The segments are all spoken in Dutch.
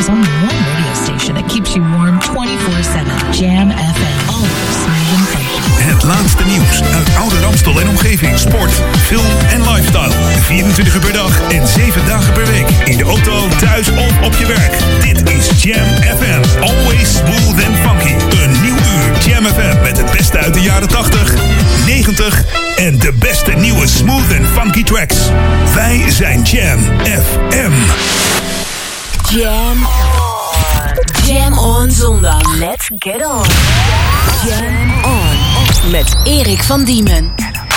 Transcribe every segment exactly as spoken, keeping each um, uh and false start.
There's only one radio station that keeps you warm twenty-four seven. Jam F M. Always smooth and funky. Het laatste nieuws uit Oude Ramstel en omgeving. Sport, film en lifestyle. vierentwintig uur per dag en zeven dagen per week. In de auto, thuis of op je werk. Dit is Jam F M. Always smooth and funky. Een nieuw uur Jam F M met het beste uit de jaren tachtig, negentig en de beste nieuwe smooth and funky tracks. Wij zijn Jam F M. Jam on. Jam on zondag. Let's get on. Jam on. Met Erik van Diemen.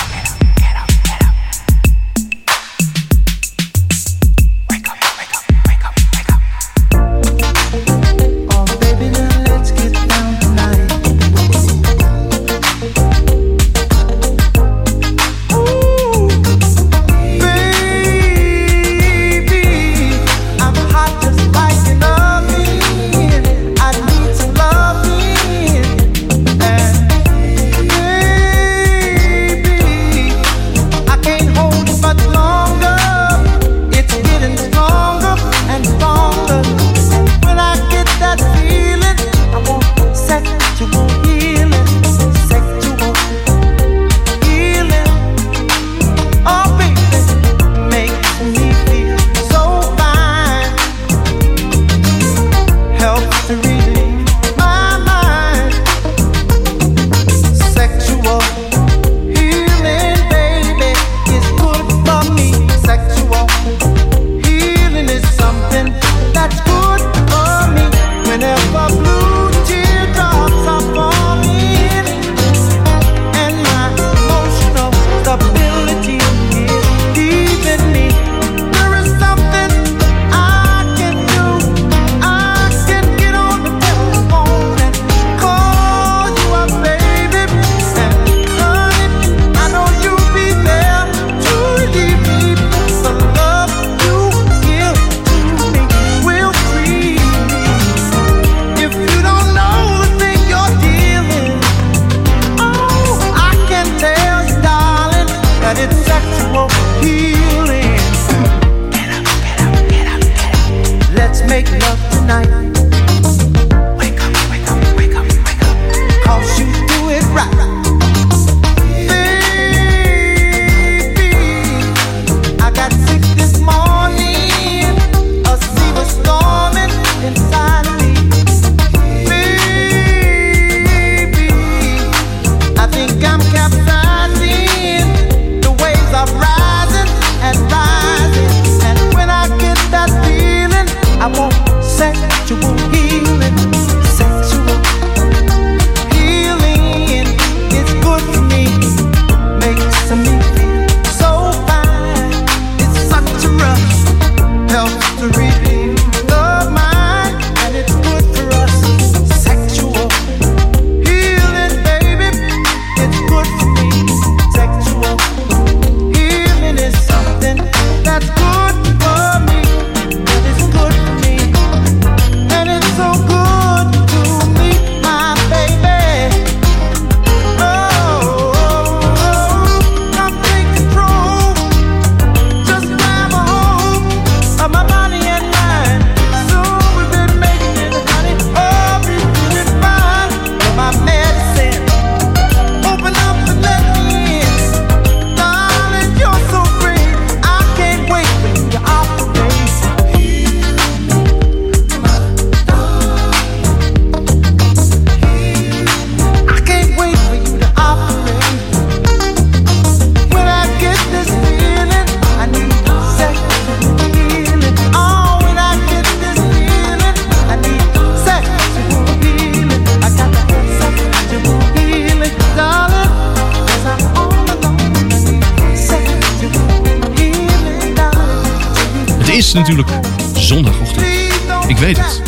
is natuurlijk zondagochtend. Ik weet het.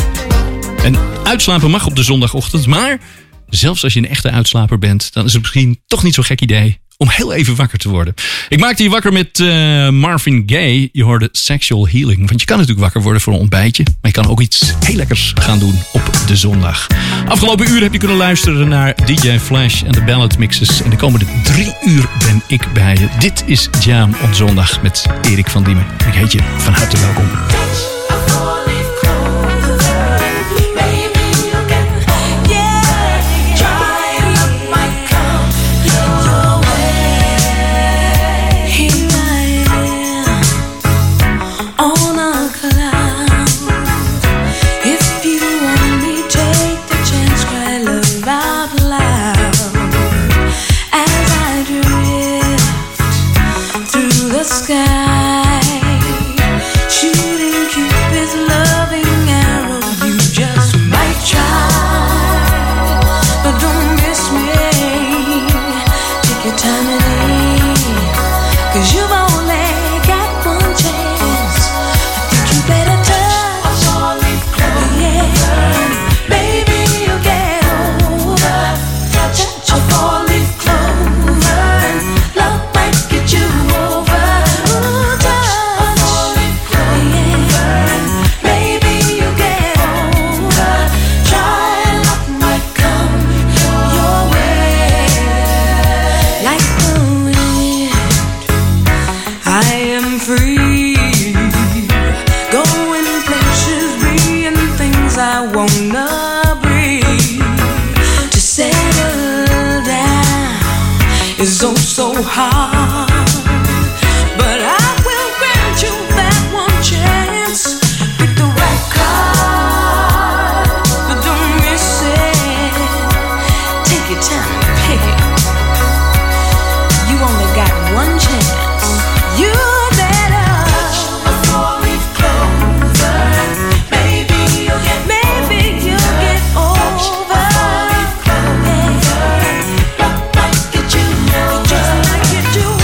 En uitslapen mag op de zondagochtend, maar zelfs als je een echte uitslaper bent, dan is het misschien toch niet zo'n gek idee om heel even wakker te worden. Ik maakte je wakker met uh, Marvin Gaye. Je hoorde Sexual Healing. Want je kan natuurlijk wakker worden voor een ontbijtje, maar je kan ook iets heel lekkers gaan doen op de zondag. Afgelopen uur heb je kunnen luisteren naar D J Flash en de Ballad Mixes. En de komende drie uur ben ik bij je. Dit is Jam on Zondag met Erik van Diemen. Ik heet je van harte welkom. Touch a four-leaf clover. I wanna breathe. To settle down is oh so hard, but I will grant you that one chance. Pick the right card, but don't miss it. Take your time and pick it. You only got one chance. You you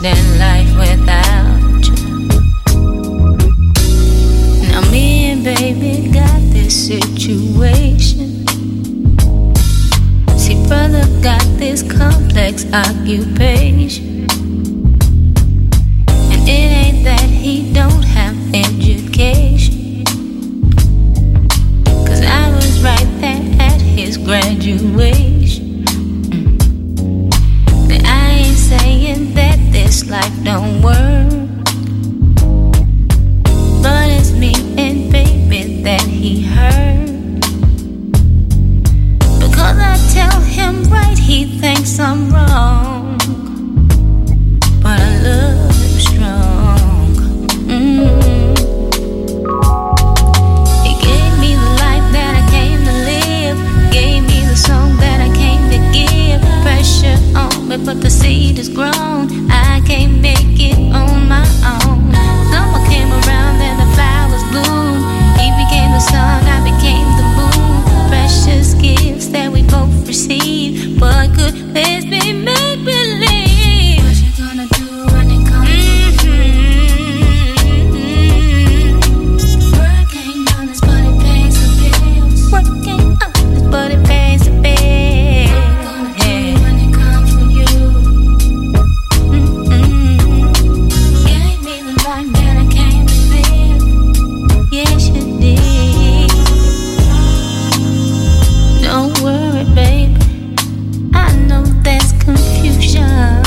understand life without you. Now me and baby got this situation. See, brother got this complex occupation, and it ain't that he don't have education, 'cause I was right there at his graduation. But I ain't saying that this life don't work, but it's me and baby that he hurt. Because I tell him right, he thinks I'm wrong, but I love him strong. Mm. He gave me the life that I came to live, gave me the song that I came to give. Pressure on me, but the seed is grown. I can't make it on my own. Summer came around and the flowers bloomed. He became the sun, I became the moon. Precious gifts that we both received, but could this be make believe? What you gonna do when it comes? Mm-hmm. Work ain't honest, but it pays the bills. Work ain't honest, but it pays the bills. What you gonna do when it comes for you? Mm-hmm. Gave me the life that I came to live. Yes, you did. Don't worry, baby, I know there's confusion.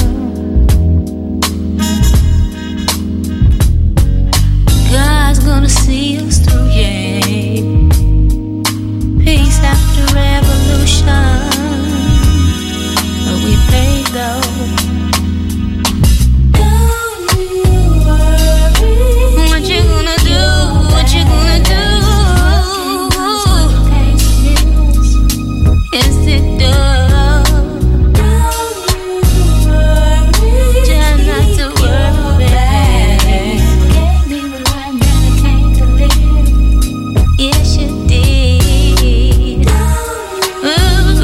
God's gonna see us through, yeah. Peace after revolution, but we paid though. Don't you worry. What you gonna do? What you gonna do? Yes, it does. Try not to worry. Gave me the life that I came to live. Yes, you did. Ooh,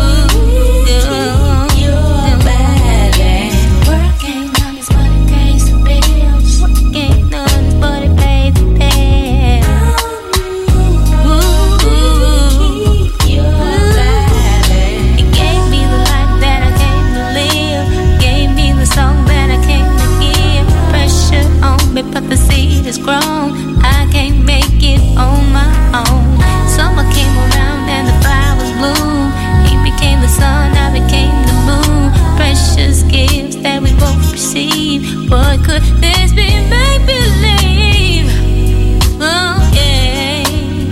you're bad. Work ain't honest, but it pays the bills. Work ain't honest, but it pays the bills. Ooh, you're bad. It gave me the life that I came to live, gave me the song that I came to give. Pressure on me, but the seed is grown. I can't make it on my own. Summer came around and the flowers bloom. He became the sun, I became the moon. Precious gifts that we both received, but could this be make believe? Oh yeah,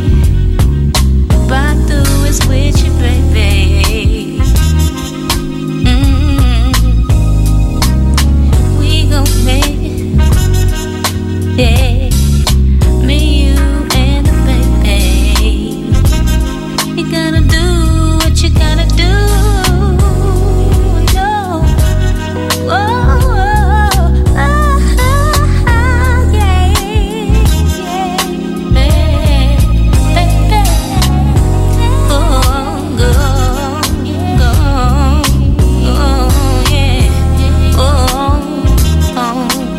but do is with you, baby. Mm. We gon' make it, yeah. Me, you, and the baby. You gotta do what you gotta do. No. Oh, oh, oh, yeah, yeah, baby. Oh, go, go, oh, yeah, oh, oh.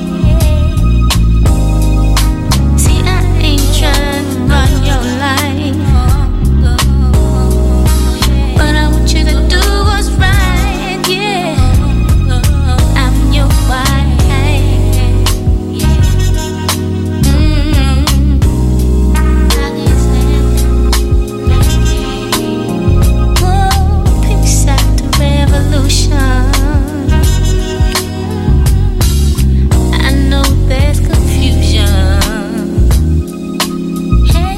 See, I ain't trying to run your life, but I want you to do what's right, yeah. I'm your wife, yeah. Mm-hmm. Oh, peace after revolution. I know there's confusion. Hey,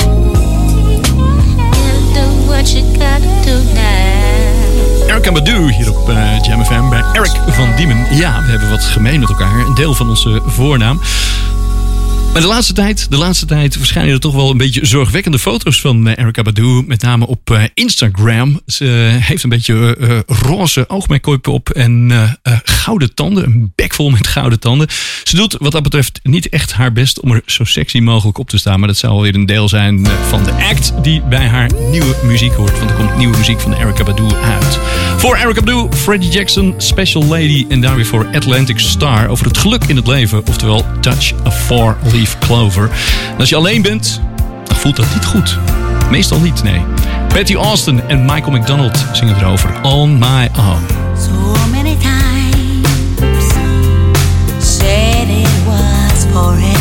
do what you gotta do now. Erykah Badu hier op uh, Jam F M bij Eric van Diemen. Ja, we hebben wat gemeen met elkaar. Een deel van onze voornaam. Maar de laatste tijd, de laatste tijd verschijnen er toch wel een beetje zorgwekkende foto's van uh, Erykah Badu. Met name op uh, Instagram. Ze uh, heeft een beetje uh, roze oogmake-up op en uh, uh, gouden tanden. Een bek vol met gouden tanden. Ze doet wat dat betreft niet echt haar best om er zo sexy mogelijk op te staan. Maar dat zou alweer een deel zijn uh, van de act die bij haar nieuwe muziek hoort. Want er komt nieuwe muziek van Erykah Badu uit. Voor Erykah Badu, Freddie Jackson, Special Lady en daar weer voor Atlantic Star. Over het geluk in het leven, oftewel Touch a Four-Leaf Clover. En als je alleen bent, dan voelt dat niet goed. Meestal niet, nee. Patty Austin en Michael McDonald zingen erover. On My Own. So many times said it was forever.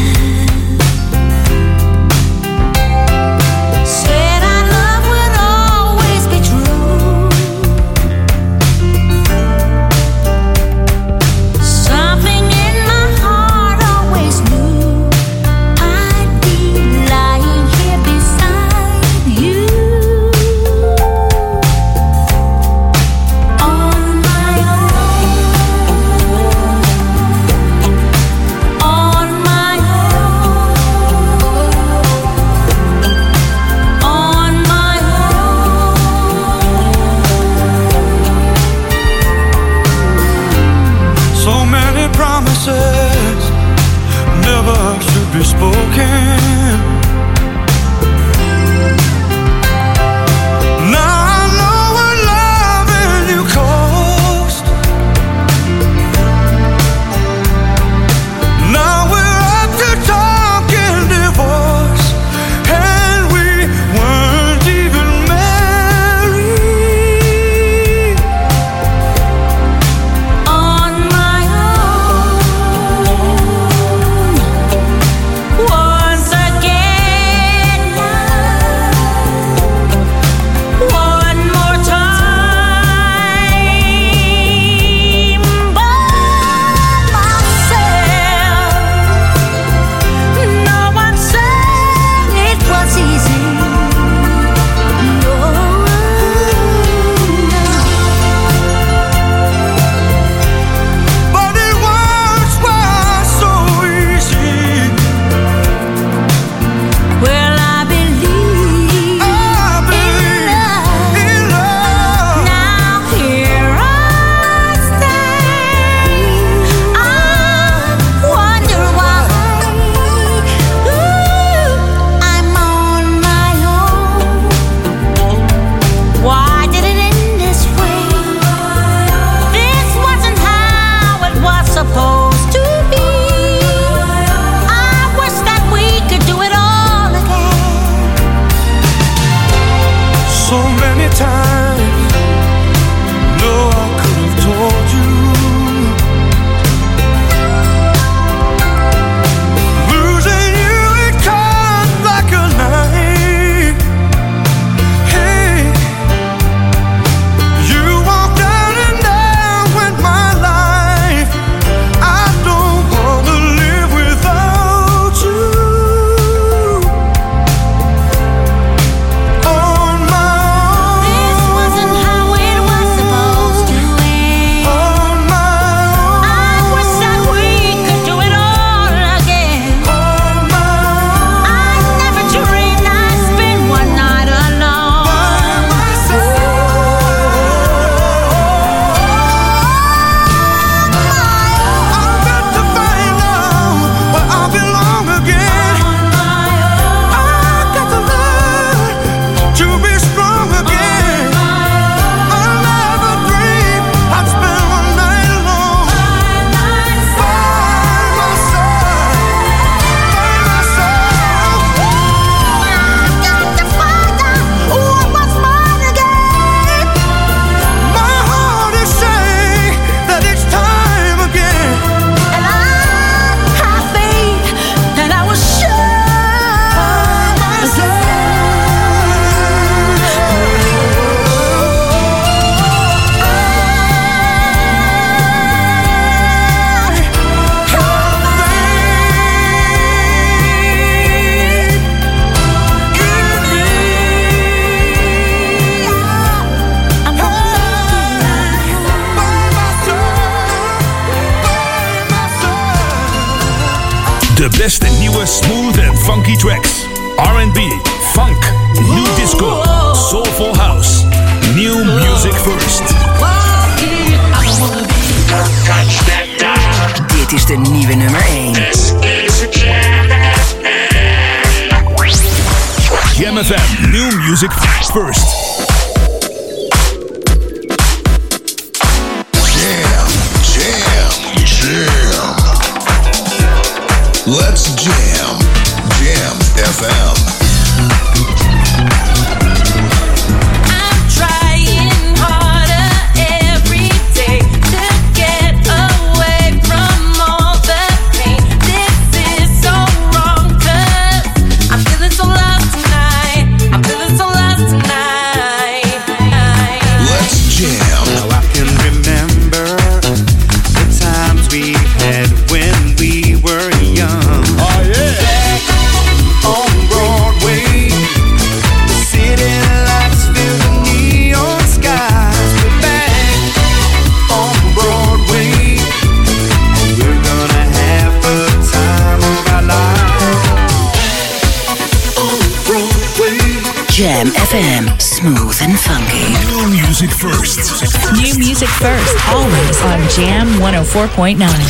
Said our love would always be true. Something in my heart always knew I'd be lying here beside you. On my own. On my own. On my own. So many promises never should be spoken. Now I know what loving you cost. Now we're up to talking divorce, and we weren't even married. On my own. Once again now. One more time. By myself. No one said it was easy. No. But it once was so easy. Well, I believe I believe in in love. Now here I stand. I wonder why. Ooh, I'm on my own. Why did it end this way? This wasn't how it was supposed to be. I wish that we could do it all again. So many times, no, I could have told you. Losing you, it cut like a knife. Hey, you walked out and down with my life. I don't wanna live without you. On my This own. wasn't how it was supposed to end. On my own. I wish that we could do it all again. On my own. I never dreamed I'd spend one night alone. I've got to find out where I belong again. I've got to learn to be strong again. I never dreamed I'd spend one night alone. By myself, by myself. I've got to find out what was mine again. My heart is saying that it's time again. And I have faith that I was sure De beste nieuwe Nieuwe smooth and funky tracks. R and B, funk, new disco, soulful house. New music first. Dit is de nieuwe nummer één. Jam F M, new music first. Jam, jam, jam. Let's jam. Jam F M. Jam F M, smooth and funky. New music first. New music first, always on Jam honderdvier komma negen.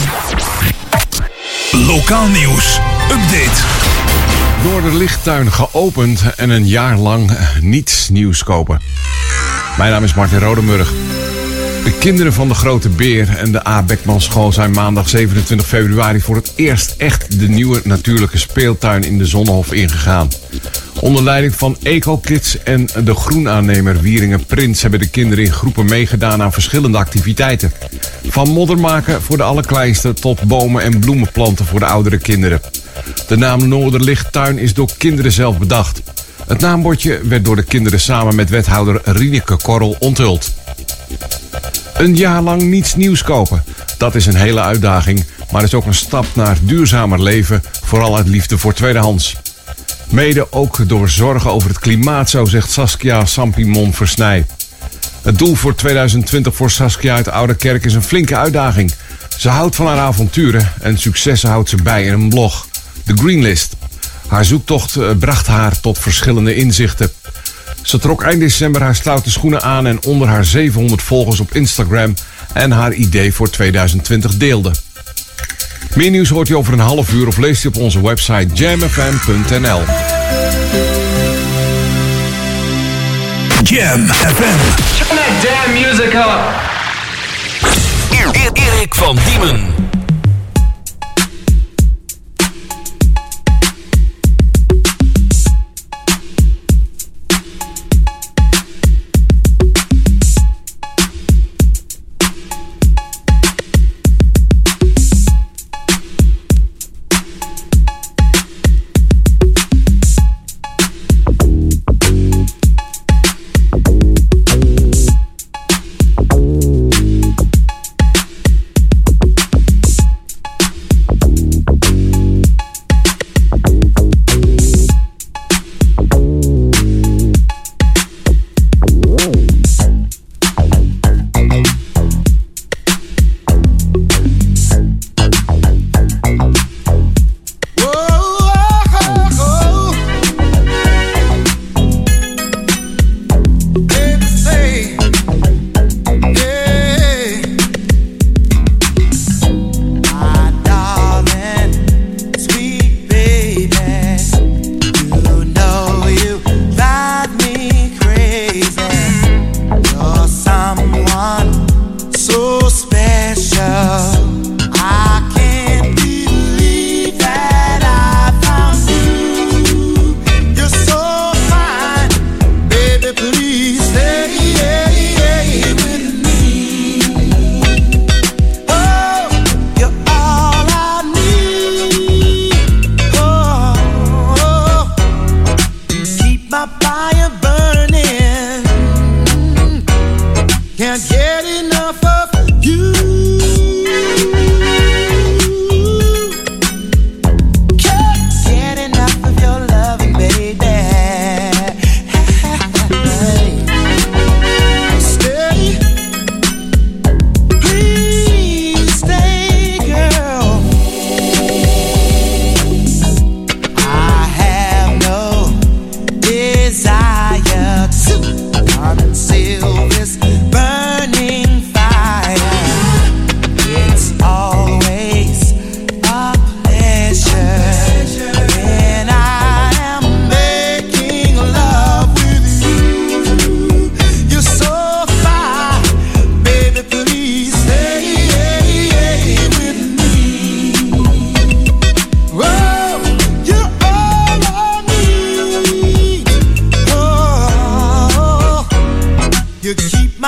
Lokaal nieuws. Update. Noorderlichttuin geopend en een jaar lang niets nieuws kopen. Mijn naam is Martin Rodemurg. De kinderen van de Grote Beer en de A. Beckman School zijn maandag zevenentwintig februari voor het eerst echt de nieuwe natuurlijke speeltuin in de Zonnehof ingegaan. Onder leiding van EcoKids en de groenaannemer Wieringen Prins hebben de kinderen in groepen meegedaan aan verschillende activiteiten. Van modder maken voor de allerkleinste tot bomen en bloemenplanten voor de oudere kinderen. De naam Noorderlichttuin is door kinderen zelf bedacht. Het naambordje werd door de kinderen samen met wethouder Rieneke Korrel onthuld. Een jaar lang niets nieuws kopen. Dat is een hele uitdaging, maar is ook een stap naar duurzamer leven, vooral uit liefde voor tweedehands. Mede ook door zorgen over het klimaat, zo zegt Saskia Sampimon Versnij. Het doel voor tweeduizend twintig voor Saskia uit Ouderkerk is een flinke uitdaging. Ze houdt van haar avonturen en successen houdt ze bij in een blog, The Greenlist. Haar zoektocht bracht haar tot verschillende inzichten. Ze trok eind december haar stoute schoenen aan en onder haar zevenhonderd volgers op Instagram en haar idee voor tweeduizend twintig deelde. Meer nieuws hoort u over een half uur of leest u op onze website jam f m punt n l. Jam F M. Turn that damn music up. Erik van Diemen.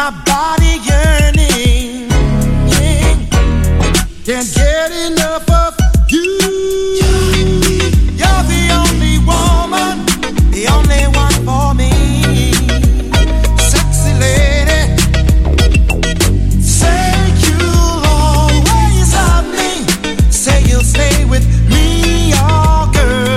my body yearning. Yeah. Can't get enough of you. You're the only woman, the only one for me. Sexy lady, say you'll always love me. Say you'll stay with me, oh girl.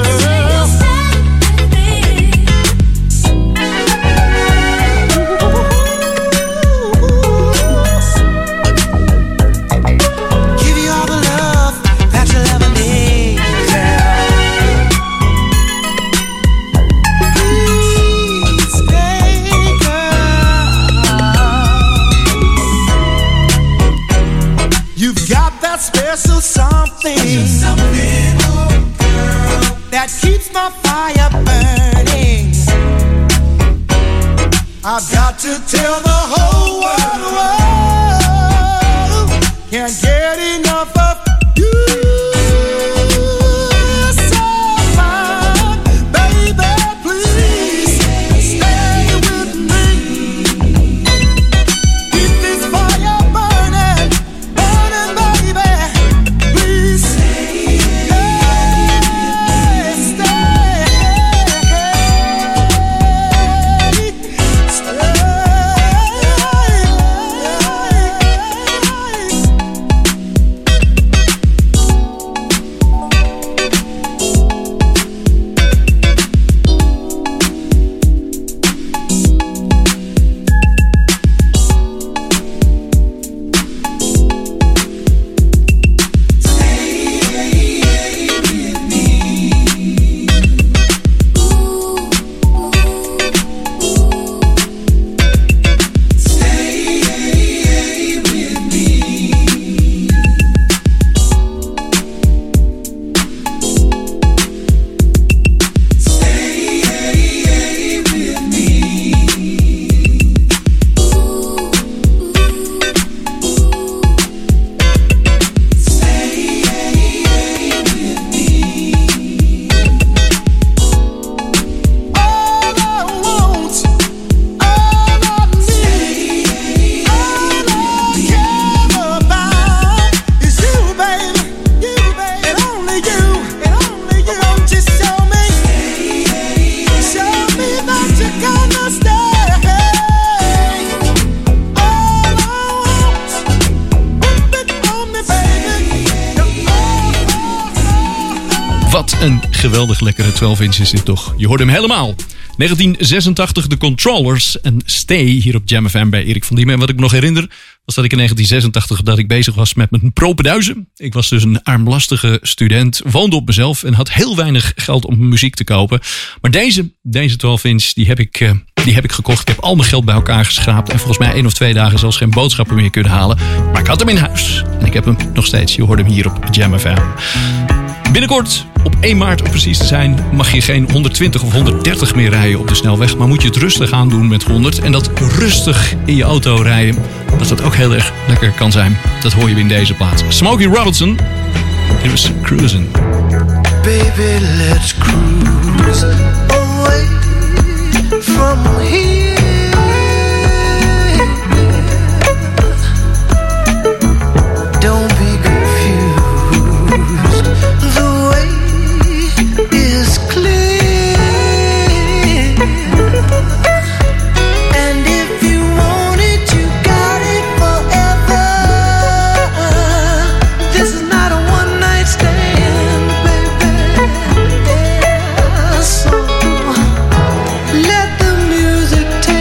Special something, something oh girl, that keeps my fire burning. I've got to tell the whole world, world can't get enough of you. So fine, baby, please stay with me. Keep this fire burning, burning, baby. Please stay, stay, Wat een geweldig lekkere twaalf inch is dit toch. Je hoort hem helemaal. negentien zesentachtig, de Controllers en Stay hier op Jam F M bij Erik van Diemen. En wat ik me nog herinner, was dat ik in negentien zesentachtig dat ik bezig was met mijn propenduizen. Ik was dus een armlastige student, woonde op mezelf en had heel weinig geld om muziek te kopen. Maar deze, deze twaalf inch, die heb ik, uh, die heb ik gekocht. Ik heb al mijn geld bij elkaar geschraapt en volgens mij één of twee dagen zelfs geen boodschappen meer kunnen halen. Maar ik had hem in huis en ik heb hem nog steeds. Je hoort hem hier op Jam F M. Binnenkort, op één maart om precies te zijn, mag je geen honderdtwintig of honderddertig meer rijden op de snelweg. Maar moet je het rustig aan doen met honderd. En dat rustig in je auto rijden, dat dat ook heel erg lekker kan zijn. Dat hoor je in deze plaats. Smokey Robinson, dit was Cruisin'. Baby, let's cruise away from here. Don't be confused. The way is clear. And if you want it, you got it forever. This is not a one night stand, baby. Yeah, so let the music take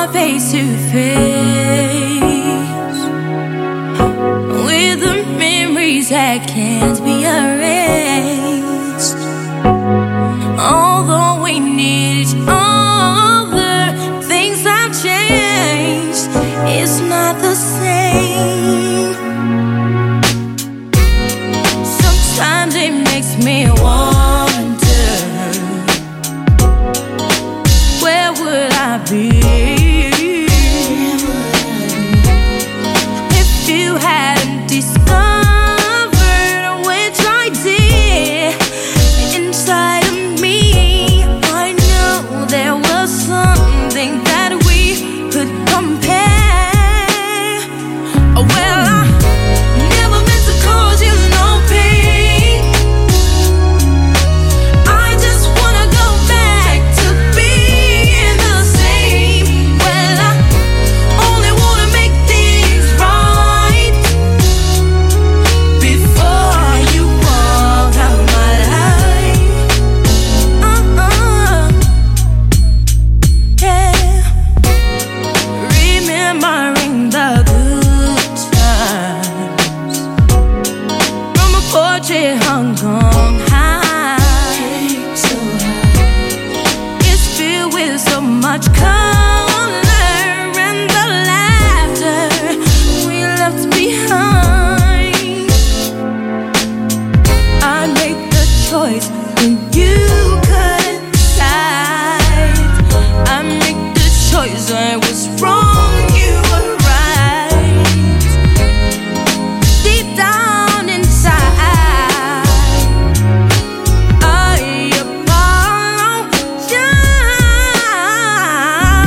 are face to face with the memories that can't be erased. Although we need each other, things have changed. It's not the same. Sometimes it makes me wonder, where would I be if you hadn't discovered which I did inside of me? I know there was something that we could compare. Well, I never meant to cause you no pain. I just wanna go back to being the same. Well, I only wanna make things right before you walk out my life. Uh-uh. Yeah. Remembering the good times from a porch in Hong Kong high. It's filled with so much color and the laughter we left behind. I made the choice when you couldn't decide. I made the choice, I was wrong, you were right. Deep down inside, I apologize.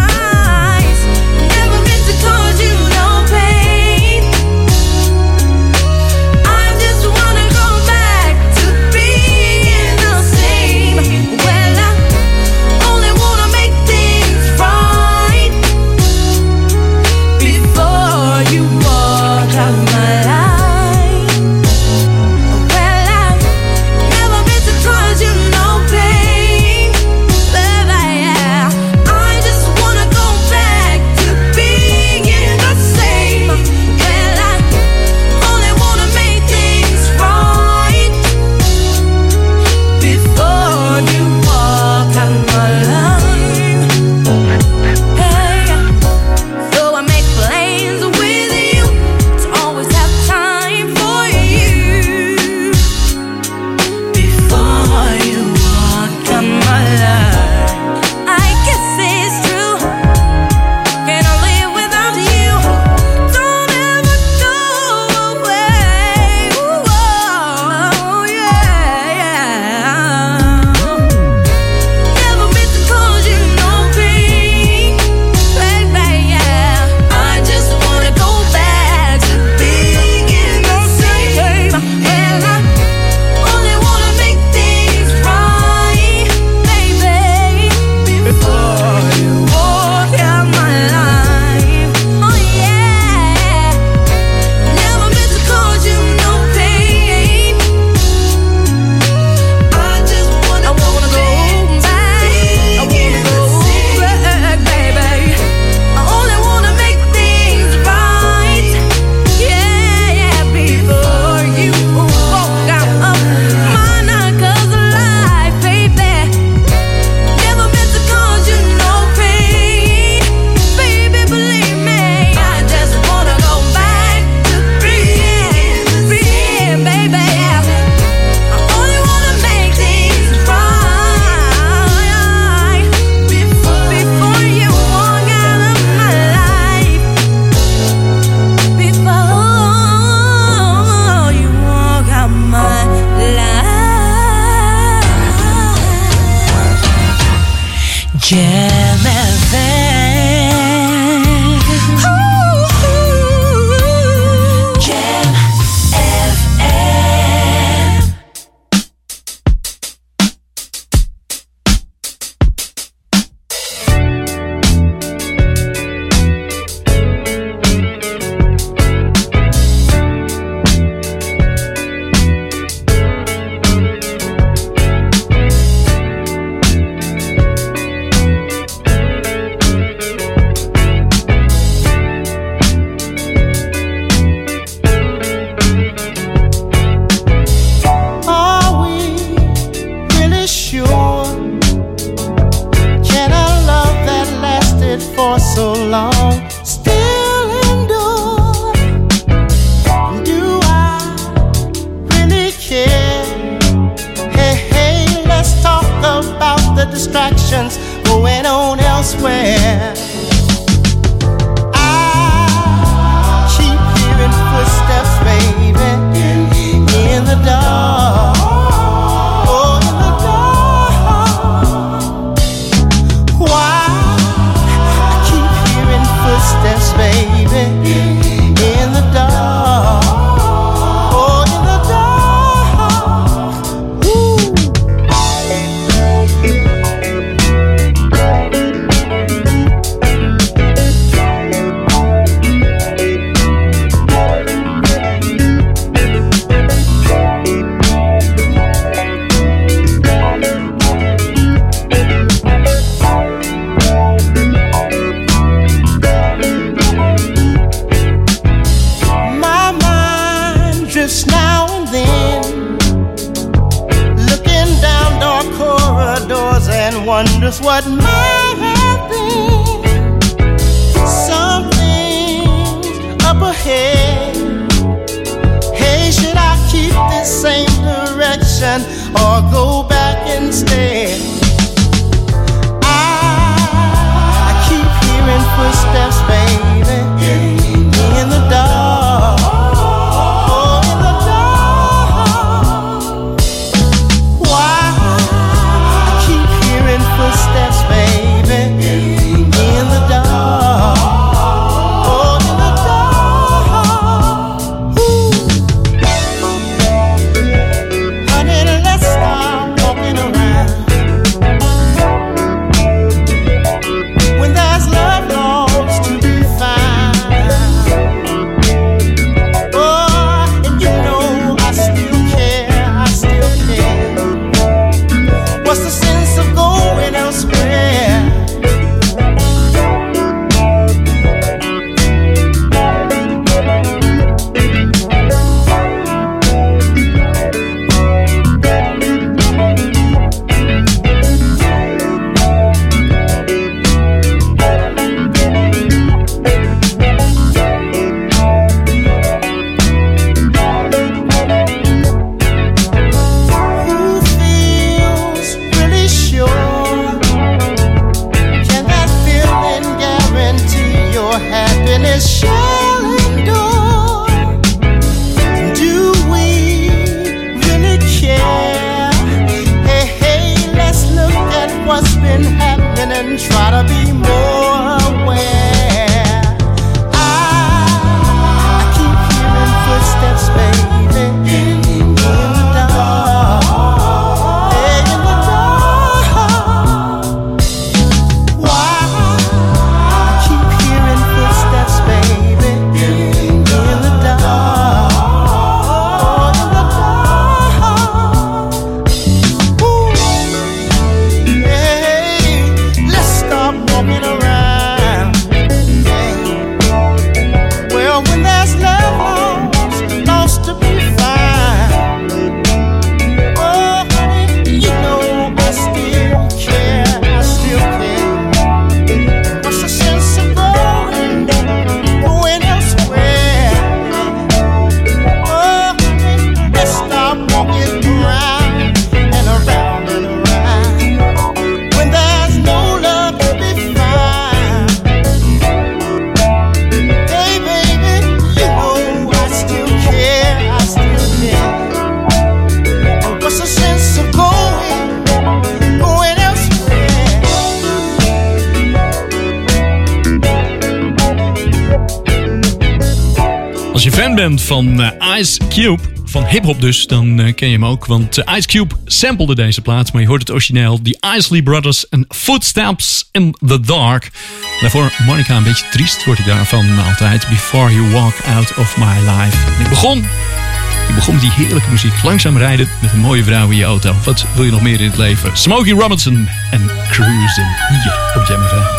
Bent van uh, Ice Cube, van hip-hop dus, dan uh, ken je hem ook. Want uh, Ice Cube samplede deze plaat, maar je hoort het origineel. The Isley Brothers en Footsteps in the Dark. Daarvoor Monica, een beetje triest word ik daarvan altijd. Before You Walk Out of My Life. En ik begon, ik begon met die heerlijke muziek. Langzaam rijden met een mooie vrouw in je auto. Wat wil je nog meer in het leven? Smokey Robinson en Cruising hier op Jam F M.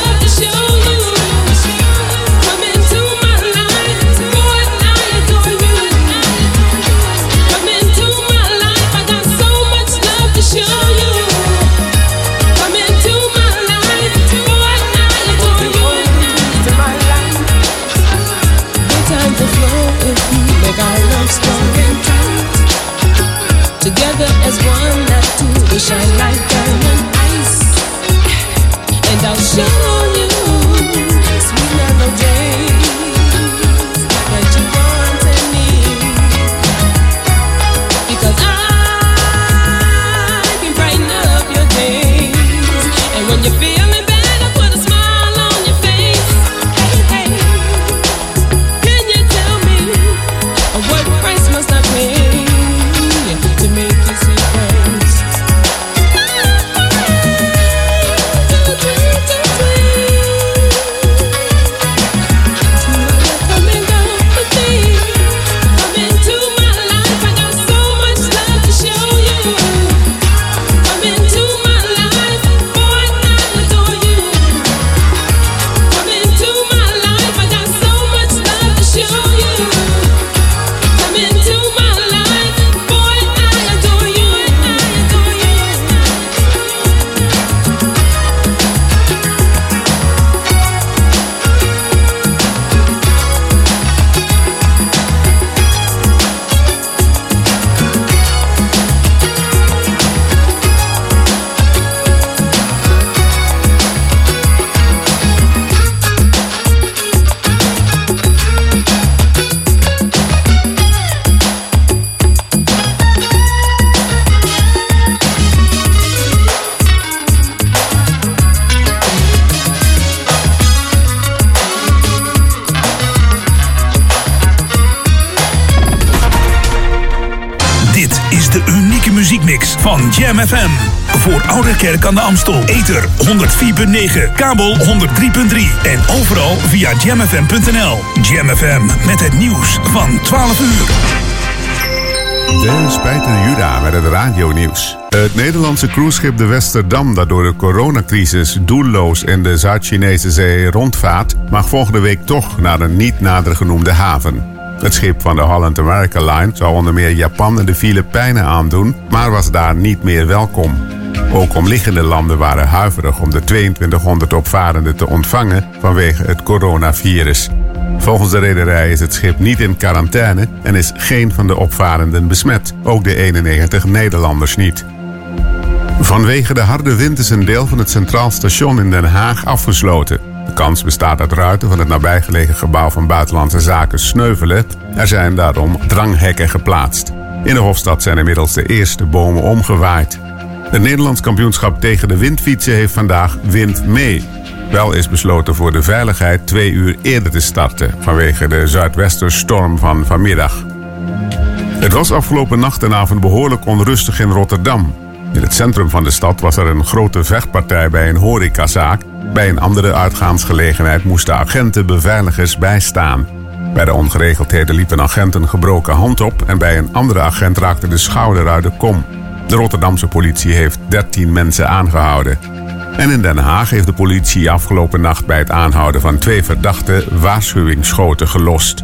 For you. Jam F M. Voor Ouderkerk aan de Amstel. Ether honderd vier komma negen, kabel honderd drie komma drie. En overal via jam f m punt n l. Jam F M met het nieuws van twaalf uur. De Spijter Juda met het radionieuws. Het Nederlandse cruiseschip de Westerdam, dat door de coronacrisis doelloos in de Zuid-Chinese zee rondvaart, mag volgende week toch naar een niet nader genoemde haven. Het schip van de Holland America Line zou onder meer Japan en de Filipijnen aandoen, maar was daar niet meer welkom. Ook omliggende landen waren huiverig om de tweeëntwintighonderd opvarenden te ontvangen vanwege het coronavirus. Volgens de rederij is het schip niet in quarantaine en is geen van de opvarenden besmet, ook de eenennegentig Nederlanders niet. Vanwege de harde wind is een deel van het Centraal Station in Den Haag afgesloten. De kans bestaat dat ruiten van het nabijgelegen gebouw van Buitenlandse Zaken sneuvelen. Er zijn daarom dranghekken geplaatst. In de Hofstad zijn inmiddels de eerste bomen omgewaaid. Het Nederlands kampioenschap tegen de windfietsen heeft vandaag wind mee. Wel is besloten voor de veiligheid twee uur eerder te starten vanwege de zuidwesterstorm van vanmiddag. Het was afgelopen nacht en avond behoorlijk onrustig in Rotterdam. In het centrum van de stad was er een grote vechtpartij bij een horecazaak. Bij een andere uitgaansgelegenheid moesten agenten beveiligers bijstaan. Bij de ongeregeldheden liep een agent een gebroken hand op en bij een andere agent raakte de schouder uit de kom. De Rotterdamse politie heeft dertien mensen aangehouden. En in Den Haag heeft de politie afgelopen nacht bij het aanhouden van twee verdachten waarschuwingsschoten gelost.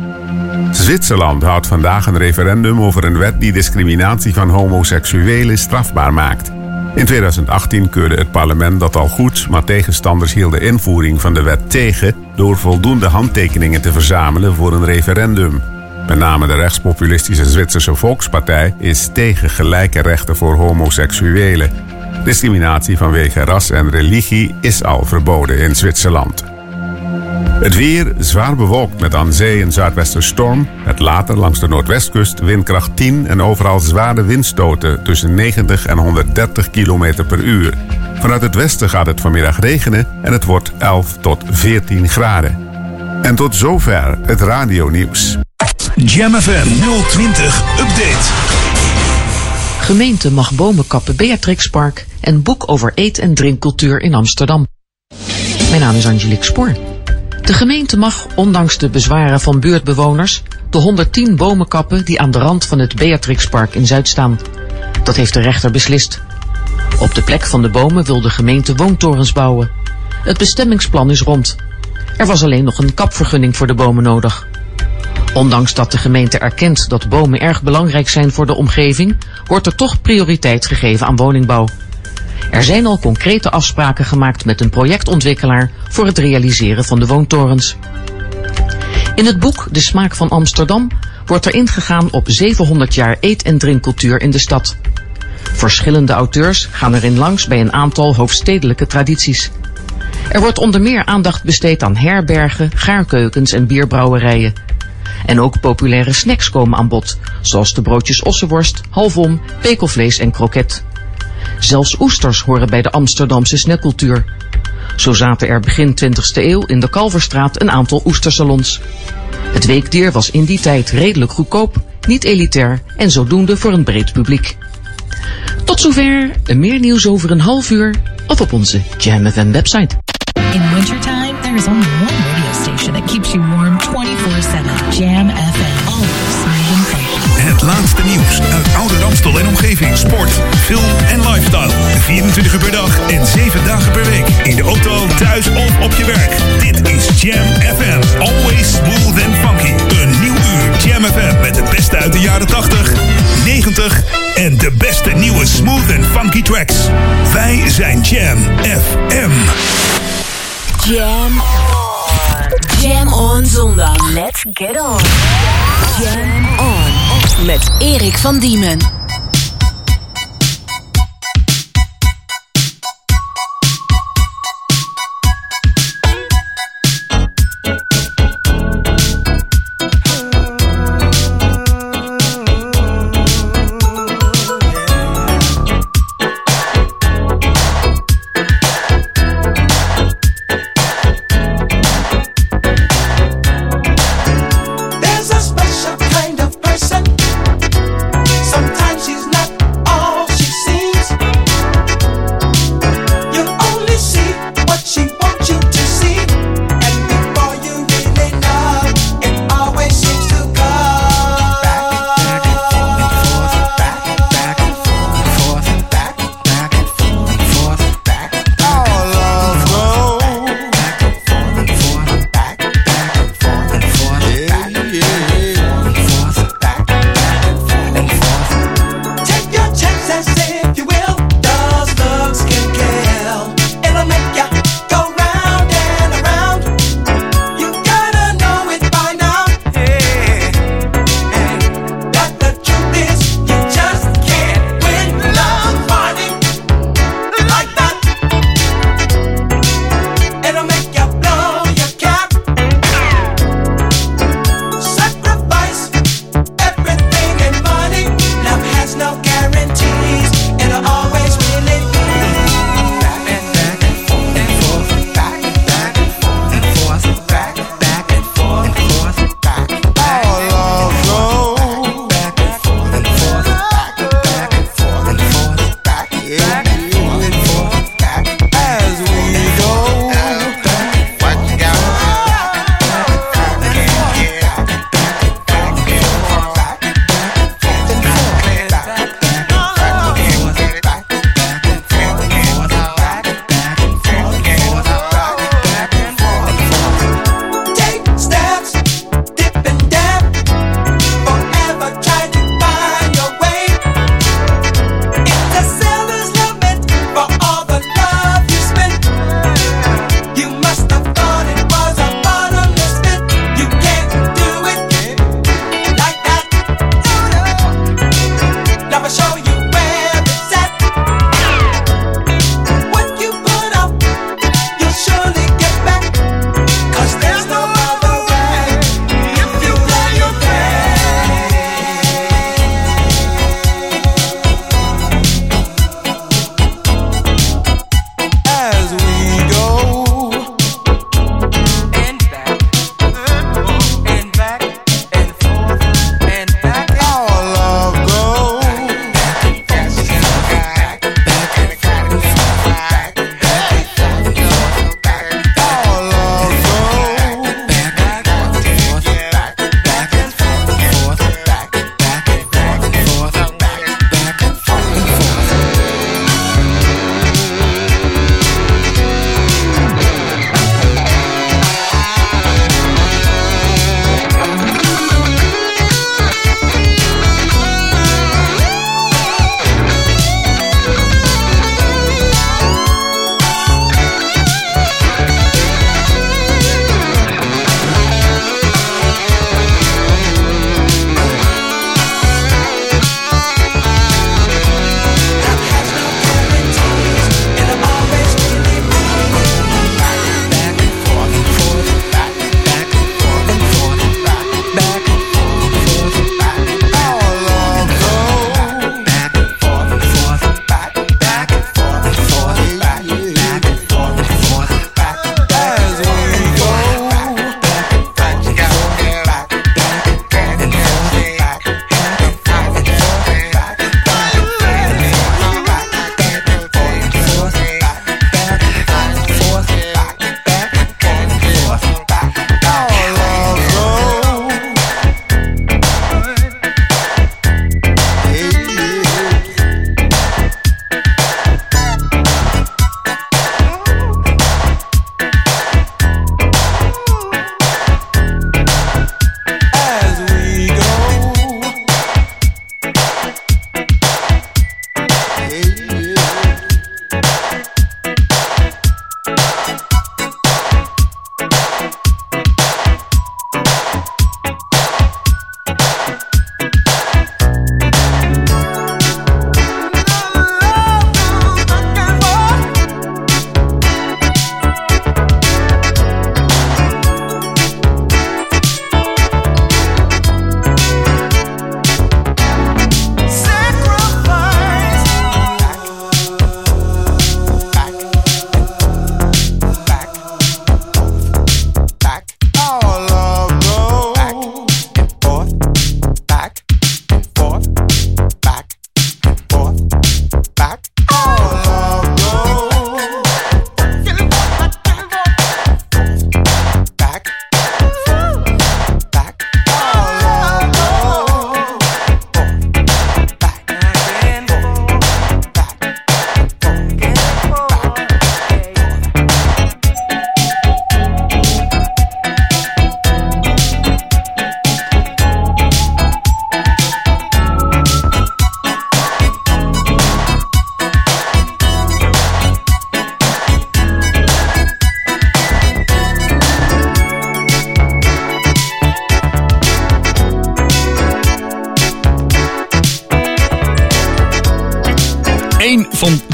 Zwitserland houdt vandaag een referendum over een wet die discriminatie van homoseksuelen strafbaar maakt. In tweeduizend achttien keurde het parlement dat al goed, maar tegenstanders hielden invoering van de wet tegen door voldoende handtekeningen te verzamelen voor een referendum. Met name de rechtspopulistische Zwitserse Volkspartij is tegen gelijke rechten voor homoseksuelen. Discriminatie vanwege ras en religie is al verboden in Zwitserland. Het weer zwaar bewolkt met aan zee een zuidwesterstorm. Met later langs de noordwestkust windkracht tien en overal zware windstoten tussen negentig en honderddertig kilometer per uur. Vanuit het westen gaat het vanmiddag regenen en het wordt elf tot veertien graden. En tot zover het radionieuws. Jam F M nul twintig Update. Gemeente mag bomen kappen Beatrixpark en boek over eet- en drinkcultuur in Amsterdam. Mijn naam is Angelique Spoor. De gemeente mag, ondanks de bezwaren van buurtbewoners, de honderdtien bomen kappen die aan de rand van het Beatrixpark in Zuid staan. Dat heeft de rechter beslist. Op de plek van de bomen wil de gemeente woontorens bouwen. Het bestemmingsplan is rond. Er was alleen nog een kapvergunning voor de bomen nodig. Ondanks dat de gemeente erkent dat bomen erg belangrijk zijn voor de omgeving, wordt er toch prioriteit gegeven aan woningbouw. Er zijn al concrete afspraken gemaakt met een projectontwikkelaar voor het realiseren van de woontorens. In het boek De Smaak van Amsterdam wordt er ingegaan op zevenhonderd jaar eet- en drinkcultuur in de stad. Verschillende auteurs gaan erin langs bij een aantal hoofdstedelijke tradities. Er wordt onder meer aandacht besteed aan herbergen, gaarkeukens en bierbrouwerijen. En ook populaire snacks komen aan bod, zoals de broodjes ossenworst, halfom, pekelvlees en kroket. Zelfs oesters horen bij de Amsterdamse snackcultuur. Zo zaten er begin twintigste eeuw in de Kalverstraat een aantal oestersalons. Het weekdier was in die tijd redelijk goedkoop, niet elitair en zodoende voor een breed publiek. Tot zover, meer nieuws over een half uur of op onze Jam F M website. In wintertime, there is only one radio station that keeps you warm twenty-four seven. Jam F M. Always smooth and funky. Het laatste nieuws uit Ouder Amstel en omgeving. Sport, film en lifestyle. vierentwintig uur per dag en zeven dagen per week. In de auto, thuis of op je werk. Dit is Jam F M. Always smooth and funky. Een nieuw uur Jam F M met het beste uit de jaren tachtig, negentig en de beste nieuwe smooth and funky tracks. Wij zijn Jam F M. Jam on. Jam on zondag. Let's get on. Jam on. Met Erik van Diemen. There's a special kind of person. Sometimes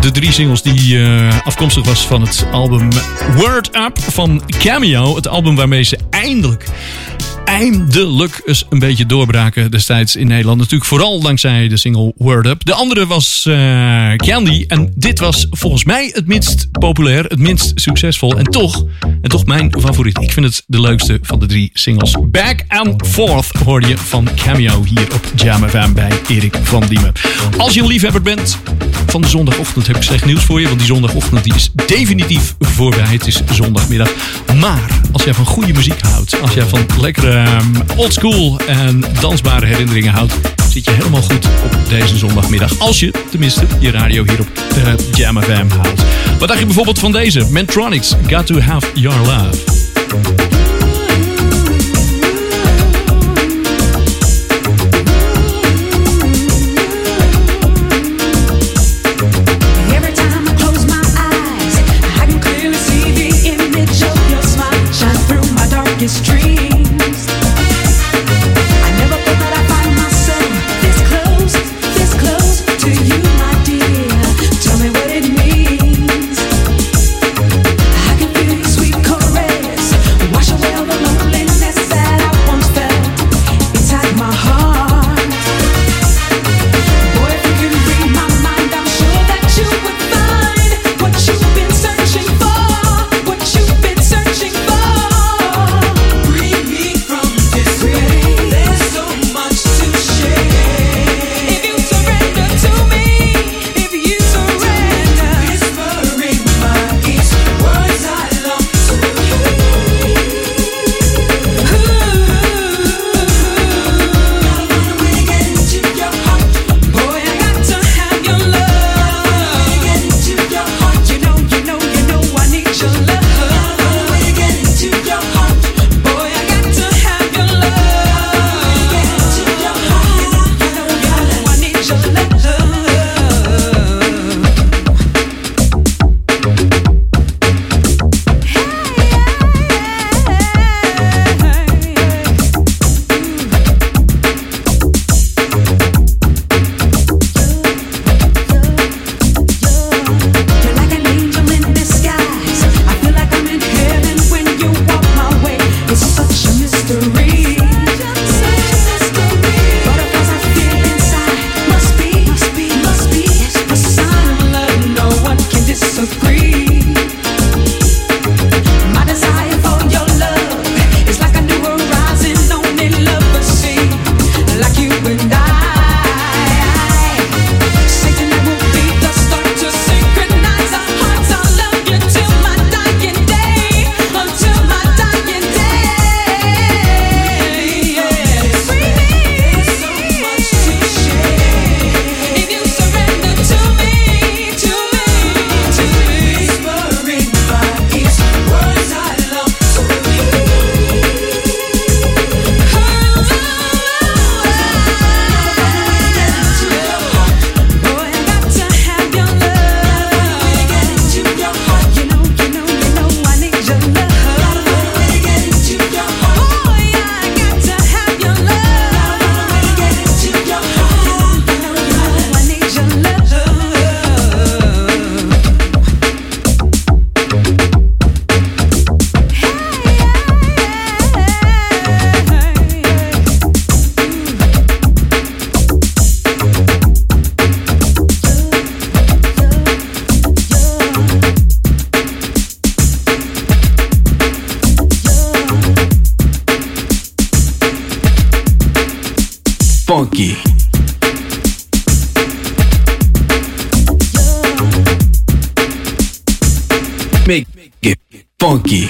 de drie singles die uh, afkomstig was van het album Word Up van Cameo. Het album waarmee ze eindelijk, eindelijk eens een beetje doorbraken destijds in Nederland. Natuurlijk vooral dankzij de single Word Up. De andere was uh, Candy. En dit was volgens mij het minst populair, het minst succesvol. En toch, en toch mijn favoriet. Ik vind het de leukste van de drie singles. Back and Forth hoorde je van Cameo hier op Jam F M bij Erik van Diemen. Als je een liefhebber bent van de zondagochtend, heb ik slecht nieuws voor je. Want die zondagochtend die is definitief voorbij. Het is zondagmiddag. Maar als jij van goede muziek houdt, als jij van lekkere um, oldschool en dansbare herinneringen houdt, zit je helemaal goed op deze zondagmiddag. Als je tenminste je radio hier op uh, Jam F M houdt. Wat dacht je bijvoorbeeld van deze? Mantronics, Got to Have Your Love. Dreams. I never thought that I'd find myself this close, this close to you, my dear. Tell me what it means. I can feel your sweet caress wash away all the loneliness that I once felt inside my heart. Boy, if you could read my mind, I'm sure that you would find what you've been searching for, what you've been searching for. Funky. Make it funky.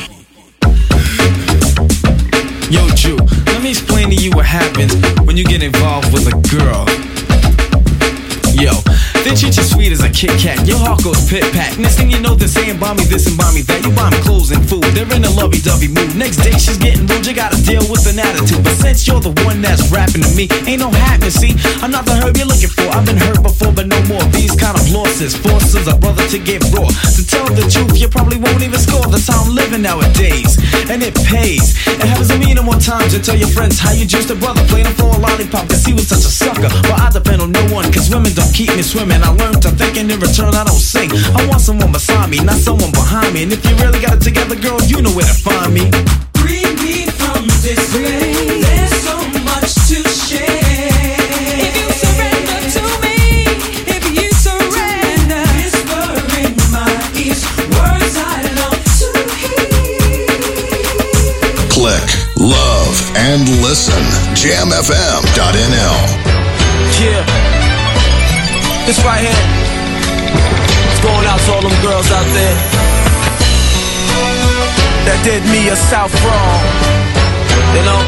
Yo, Jew, let me explain to you what happens when you get involved with a girl. Yo, they treat you sweet as a Kit Kat. Your heart goes pit-pat. Next thing you know, they're saying buy me this and buy me that. You buy me clothes and food. They're in a lovey-dovey mood. Next day, she's getting rude. You gotta deal with an attitude. But since you're the one that's rapping to me, ain't no happening, see? I'm not the herb you're looking for. I've been hurt before, but no more. These kind of lost forces, forces a brother to get raw. To tell the truth, you probably won't even score. That's how I'm living nowadays, and it pays. It happens a million more times. You tell your friends how you juiced a brother, playing him for a lollipop, cause he was such a sucker. But I depend on no one, cause women don't keep me swimming. I learned to think, and in return I don't sing. I want someone beside me, not someone behind me. And if you really got it together, girl, you know where to find me. Free me from this pain. There's so much to share. If you surrender to me, if you surrender, whisper in my ears words I love to hear. Click, love, and listen. jam f m dot n l. Yeah, this right here, it's going out to all them girls out there that did me a south wrong. You know,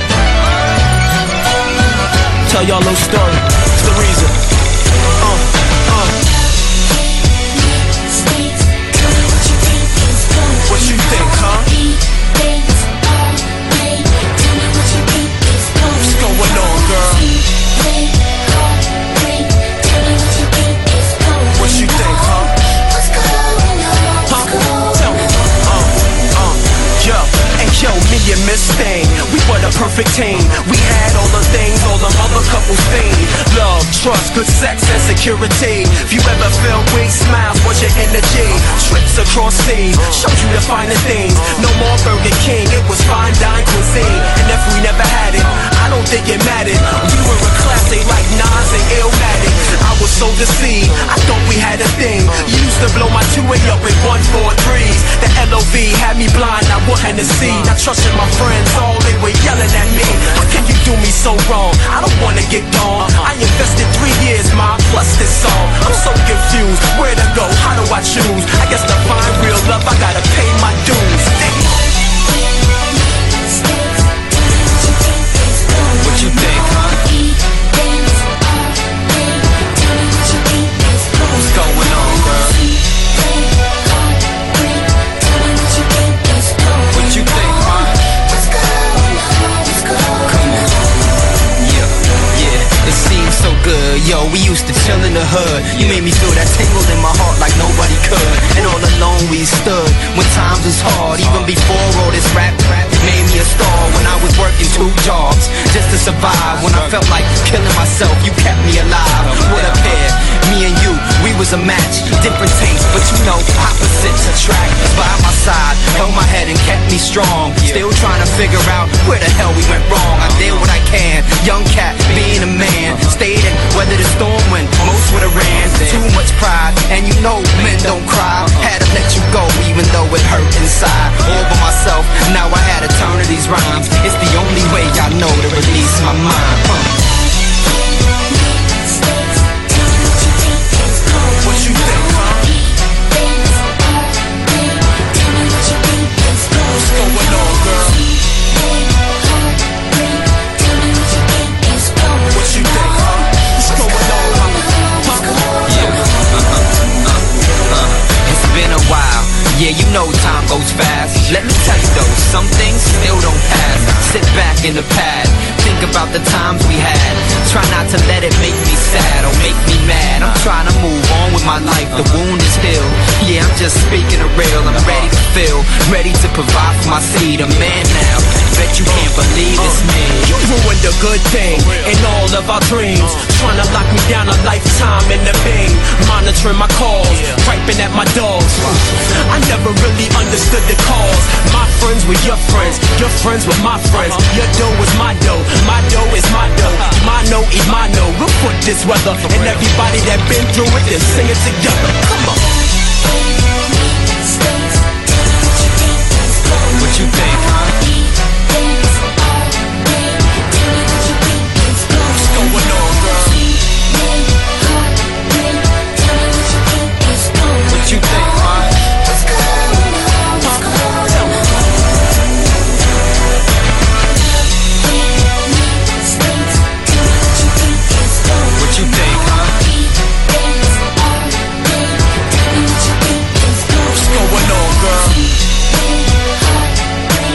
tell y'all a little story. It's the reason. Uh, uh. What you think, huh? What's going on, girl? What you think, huh? Huh? Tell me. Uh, uh, yo, and yo, me and Miss Thing, we were the perfect team. We had all the things, all the other couples think. Love, trust, good sex, and security. If you ever felt weak, smiles was your energy. Trips across seas, showed you the finer things. No more Burger King, it was fine dine cuisine. And if we never had it, I don't think it mattered. We were a classic like Nas and Illmatic. I was so deceived, I thought we had a thing. You used to blow my two-way up in one four threes. The L O V had me blind, I wouldn't see. Not trusting my friends, all they were yelling at me. How can you do me so wrong? I don't wanna get gone. I invested three years, ma, plus this song. I'm so confused, where to go, how do I choose? I guess to find real love, I gotta pay my dues. What you think, huh? What's going on, girl? What you think, huh? Come on. Yeah, yeah, it seems so good. Yo, we used to chill in the hood. You made me feel that tingle in my heart like nobody could. And all alone we stood when times was hard. Even before all this rap rap made me a star. When I was working two jobs just to survive. When I felt like killing myself, you kept me alive. What a pair, me and you, we was a match. Different tastes, but you know, opposites attract. By my side, held my head and kept me strong. Still trying to figure out where the hell we went wrong. I did what I can, young cat, being a man. Stayed in, weather the storm when most would've ran. Too much pride, and you know men don't cry. Had to let you go, even though it hurt inside. All by myself, now I had to turn to these rhymes. It's the only way I know to release my mind. Huh. What you think, huh? What's going on, girl? What you think, huh? What's going on, huh? Yeah, uh-huh, uh-huh. It's been a while. Yeah, you know time goes fast. Let me tell you though, some things still don't pass. Sit back in the past, think about the times we had. Try not to let it make me sad or make me mad. I'm trying to move on with my life, the wound is healed. Yeah, I'm just speaking the real, I'm ready to feel, ready to provide for my seed. A man now, bet you can't believe it's me. You ruined a good thing in all of our dreams. Trying to lock me down a lifetime in the bing. Monitoring my calls, griping at my dogs. I never really understood the cause. My friends were your friends, your friends were my friends. Your dough was my dough, my dough is my dough. My no eat my no, we'll put this weather. And everybody that been through it, then sing it together. Come on. What you think, huh? What's going on, girl? What you think, huh? What you think, huh? What's going on, girl?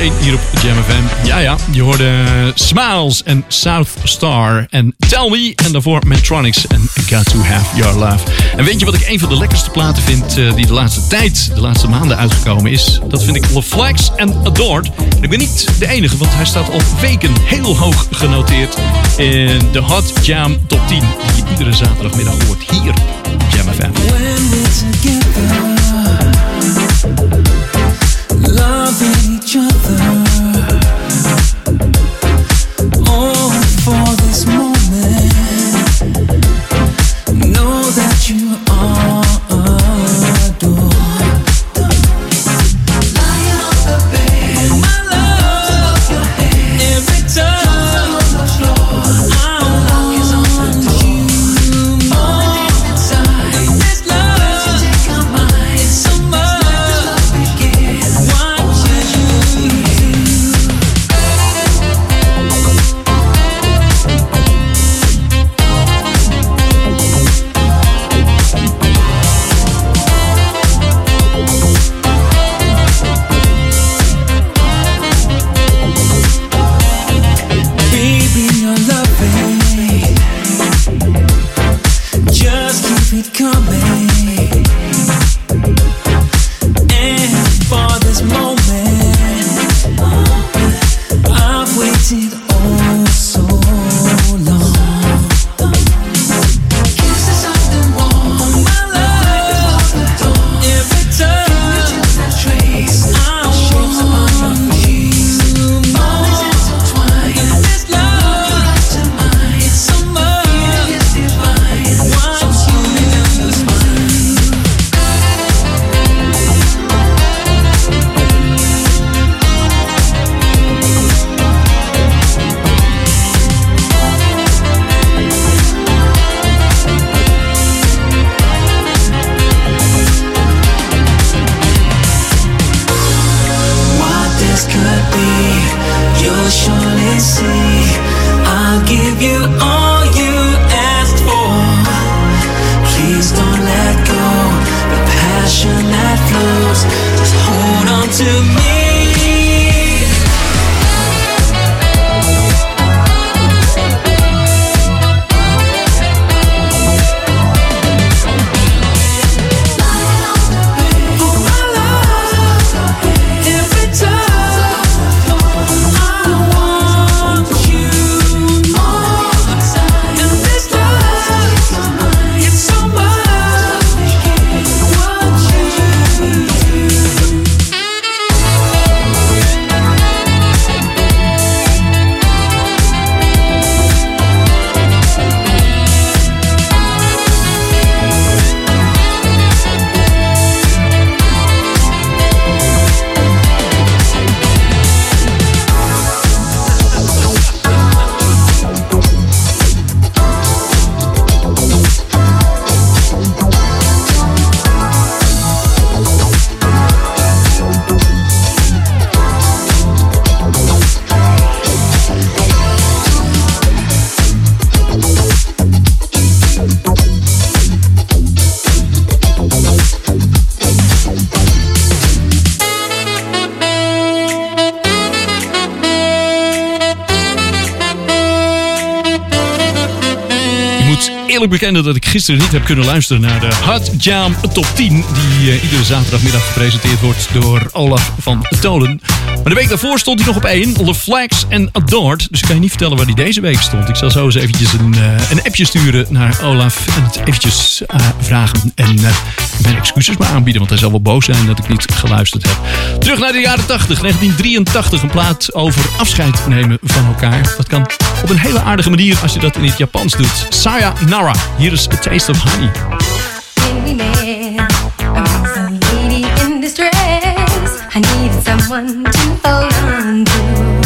één hier op Jam F M. Ja, ja, je hoorde Smiles en South Star en Tell Me. En daarvoor Metronics en Got To Have Your Love. En weet je wat ik een van de lekkerste platen vind uh, die de laatste tijd, de laatste maanden uitgekomen is? Dat vind ik LaFlex en Adored. En ik ben niet de enige, want hij staat al weken heel hoog genoteerd in de Hot Jam Top tien. Die je iedere zaterdagmiddag hoort hier op Jam F M. When we're together, loving each other, all for this moment. Know that you are adored. Lying on the bed, my love, your head. Every time on the floor, I want you more inside. This love, take our minds so much. What you do. Baby, you're loving. Just keep it coming. And for this moment, I've waited oh so long. Kisses on the wall, my love. Every time you just that trace, I want you more. Intertwined. This love, you got to mind so much. It's divine. Want you to smile. What this could be, you'll surely see. I'll give you all you asked for. Please don't let go. The passion that flows, just hold on to me. Oh, my love, every time I want you more. And this love, it's so much. What you do. Eerlijk bekennen dat ik gisteren niet heb kunnen luisteren naar de Hot Jam Top tien. Die uh, iedere zaterdagmiddag gepresenteerd wordt door Olaf van Tolen. Maar de week daarvoor stond hij nog op één. LaFlex en Adored. Dus ik kan je niet vertellen waar hij deze week stond. Ik zal zo eens eventjes een, uh, een appje sturen naar Olaf. En het eventjes uh, vragen. En uh, mijn excuses maar aanbieden. Want hij zal wel boos zijn dat ik niet geluisterd heb. Terug naar de jaren tachtig. negentien drieëntachtig. Een plaat over afscheid nemen van elkaar. Dat kan op een hele aardige manier als je dat in het Japans doet. Sayonara. Hier is A Taste of Honey. Lady in distress, I needed someone to hold on to.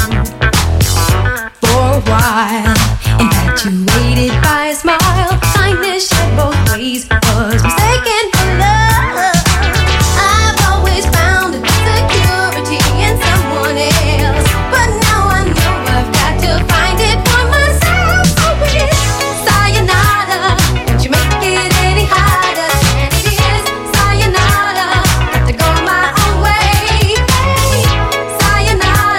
For a while, infatuated by a smile, kindness shared both ways, was mistaken for love. I've always found security in someone else, but now I know I've got to find it for myself. So it's sayonara, don't you make it any harder than it is. Sayonara, got to go my own way. Hey, sayonara.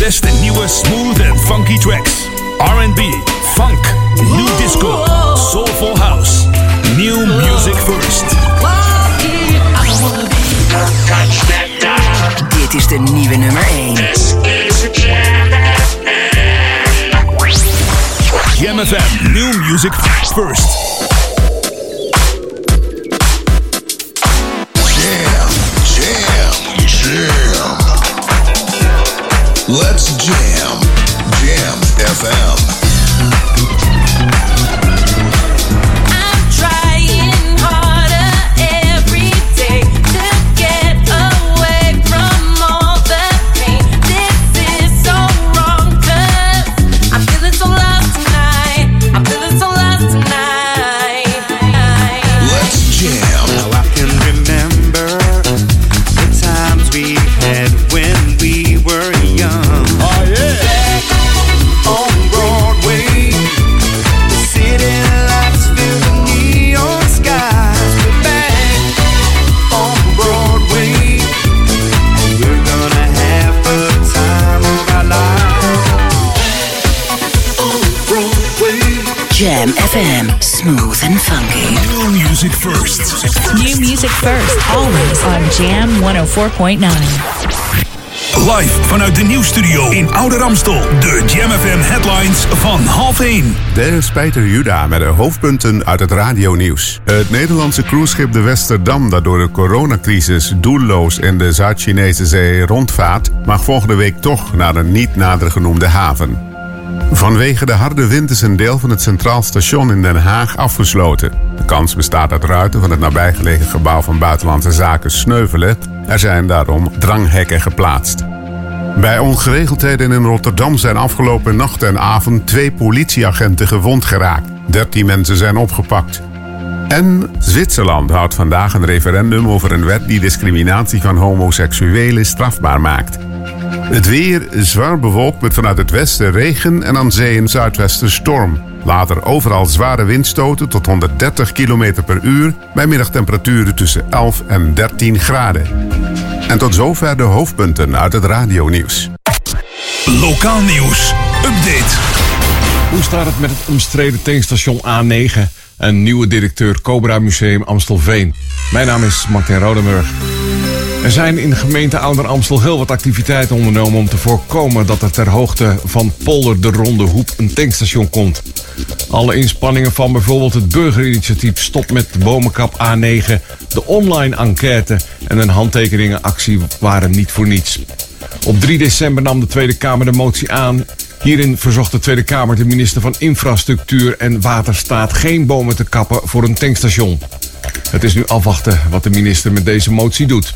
beste nieuwe smooth en funky tracks. R and B, funk, new disco, soulful house. New music first. Dit is de nieuwe nummer één. Jam F M, new music first. Jam, jam, jam. Let's jam. Jam F M. Jam F M, smooth and funky. New music first. New music first, always on Jam honderdvier komma negen. Live vanuit de nieuwsstudio in Ouder Amstel. De Jam F M headlines van half één. Dit is Peter Juda met de hoofdpunten uit het radionieuws. Het Nederlandse cruiseschip de Westerdam, dat door de coronacrisis doelloos in de Zuid-Chinese zee rondvaart, mag volgende week toch naar een niet nader genoemde haven. Vanwege de harde wind is een deel van het Centraal Station in Den Haag afgesloten. De kans bestaat dat ruiten van het nabijgelegen gebouw van Buitenlandse Zaken sneuvelen. Er zijn daarom dranghekken geplaatst. Bij ongeregeldheden in Rotterdam zijn afgelopen nacht en avond twee politieagenten gewond geraakt. dertien mensen zijn opgepakt. En Zwitserland houdt vandaag een referendum over een wet die discriminatie van homoseksuelen strafbaar maakt. Het weer zwaar bewolkt met vanuit het westen regen en aan zee een zuidwesten storm. Later overal zware windstoten tot honderddertig kilometer per uur bij middagtemperaturen tussen elf en dertien graden. En tot zover de hoofdpunten uit het radionieuws. Lokaal nieuws. Update. Hoe staat het met het omstreden tankstation A negen en nieuwe directeur Cobra Museum Amstelveen? Mijn naam is Martin Rodeburg. Er zijn in de gemeente Ouder Amstel heel wat activiteiten ondernomen om te voorkomen dat er ter hoogte van Polder de Ronde Hoep een tankstation komt. Alle inspanningen van bijvoorbeeld het burgerinitiatief Stop met de Bomenkap A negen, de online enquête en een handtekeningenactie waren niet voor niets. Op drie december nam de Tweede Kamer de motie aan. Hierin verzocht de Tweede Kamer de minister van Infrastructuur en Waterstaat geen bomen te kappen voor een tankstation. Het is nu afwachten wat de minister met deze motie doet.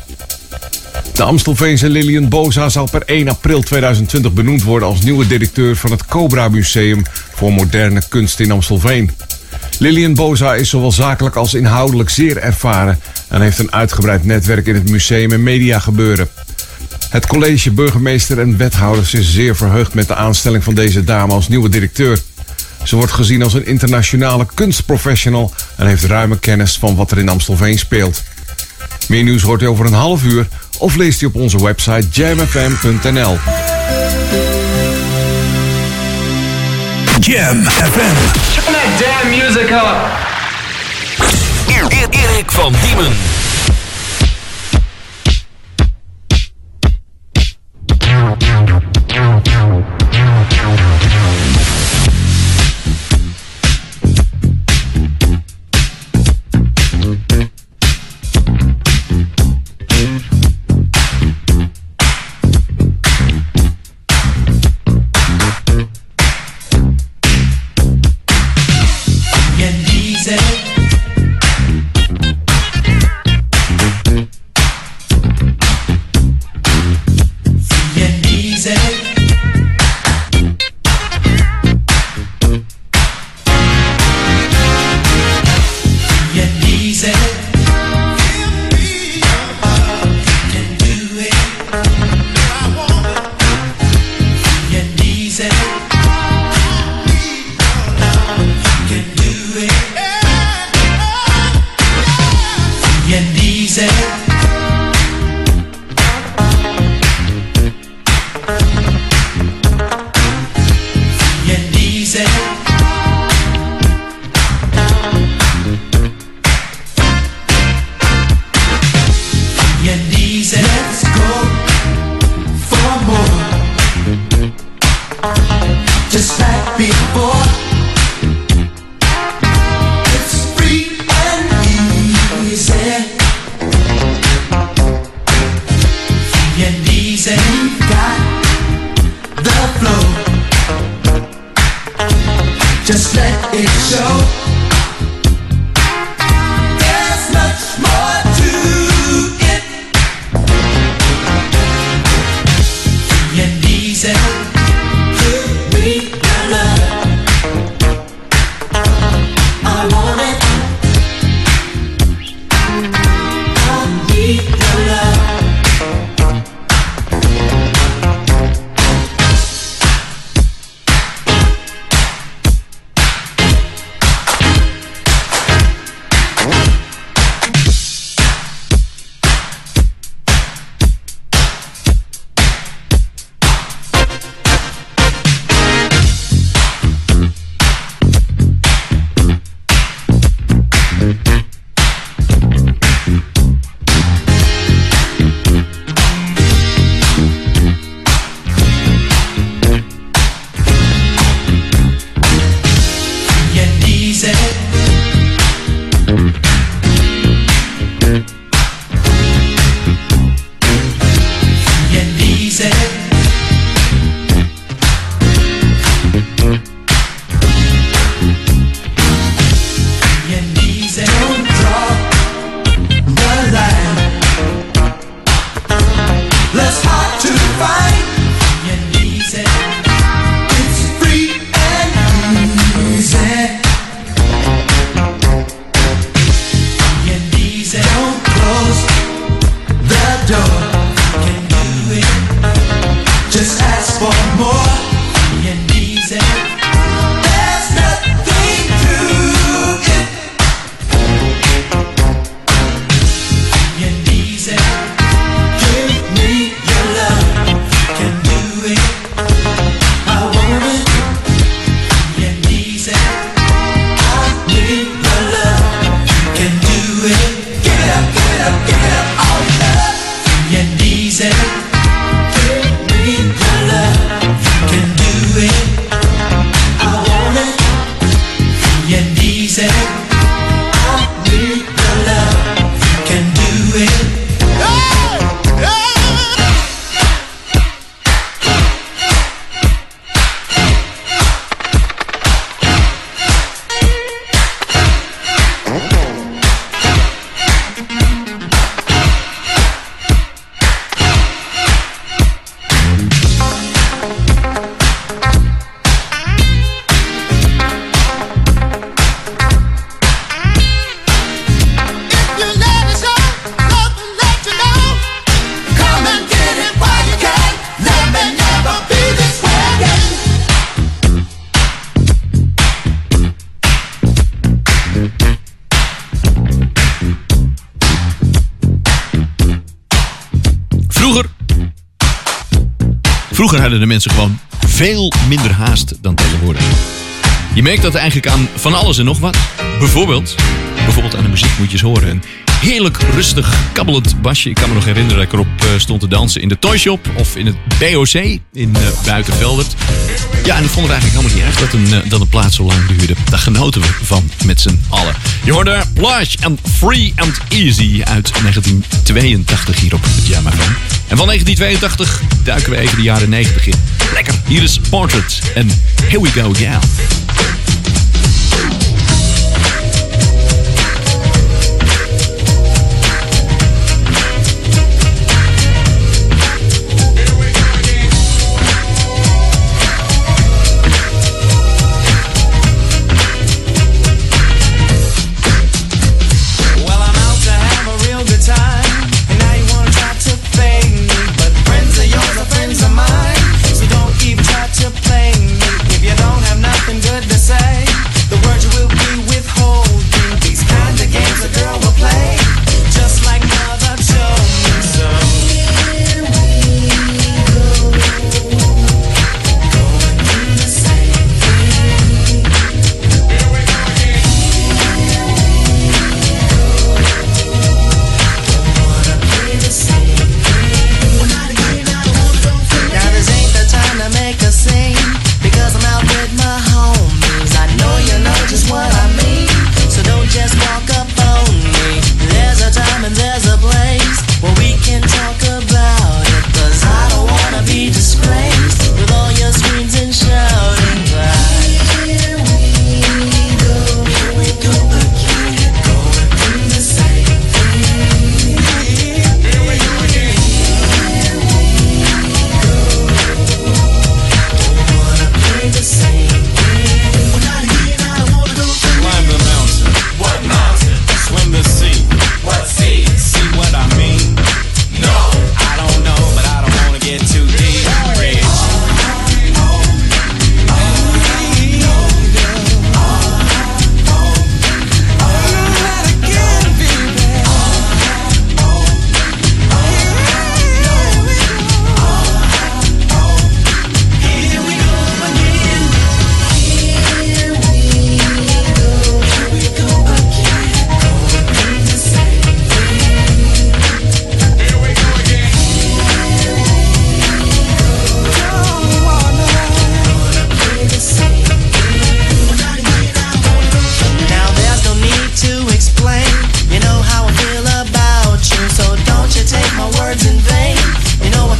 De Amstelveense Lilian Boza zal per één april tweeduizend twintig benoemd worden als nieuwe directeur van het Cobra Museum voor moderne kunst in Amstelveen. Lilian Boza is zowel zakelijk als inhoudelijk zeer ervaren en heeft een uitgebreid netwerk in het museum en mediagebeuren. Het college, burgemeester en wethouders is zeer verheugd met de aanstelling van deze dame als nieuwe directeur. Ze wordt gezien als een internationale kunstprofessional en heeft ruime kennis van wat er in Amstelveen speelt. Meer nieuws hoort u over een half uur of leest u op onze website jam f m punt n l. Jam F M. Turn that damn music up. Erik van Diemen. easy. Let's go for more. Just like before. It's free and easy. Free and easy. We've got the flow. Just let it show. There's much more to it. Free and easy. Give me your love. I want it. I need your love. Vroeger hadden de mensen gewoon veel minder haast dan tegenwoordig. Je merkt dat eigenlijk aan van alles en nog wat. Bijvoorbeeld, bijvoorbeeld aan de muziek moet je eens horen. Een heerlijk rustig kabbelend basje. Ik kan me nog herinneren dat ik erop uh, stond te dansen in de Toyshop of in het B O C in uh, Buitenveldert. Ja, en ik vond het eigenlijk helemaal niet erg dat een, uh, dat een plaat zo lang duurde. Daar genoten we van met z'n allen. Je hoorde Plush and Free and Easy uit negentien tweeëntachtig hier op het Jam F M. En van negentien tweeëntachtig duiken we even de jaren negentig in. Lekker, hier is Portrait en Here We Go Gal. Friends of mine, so don't even try to play me if you don't have nothing good to say.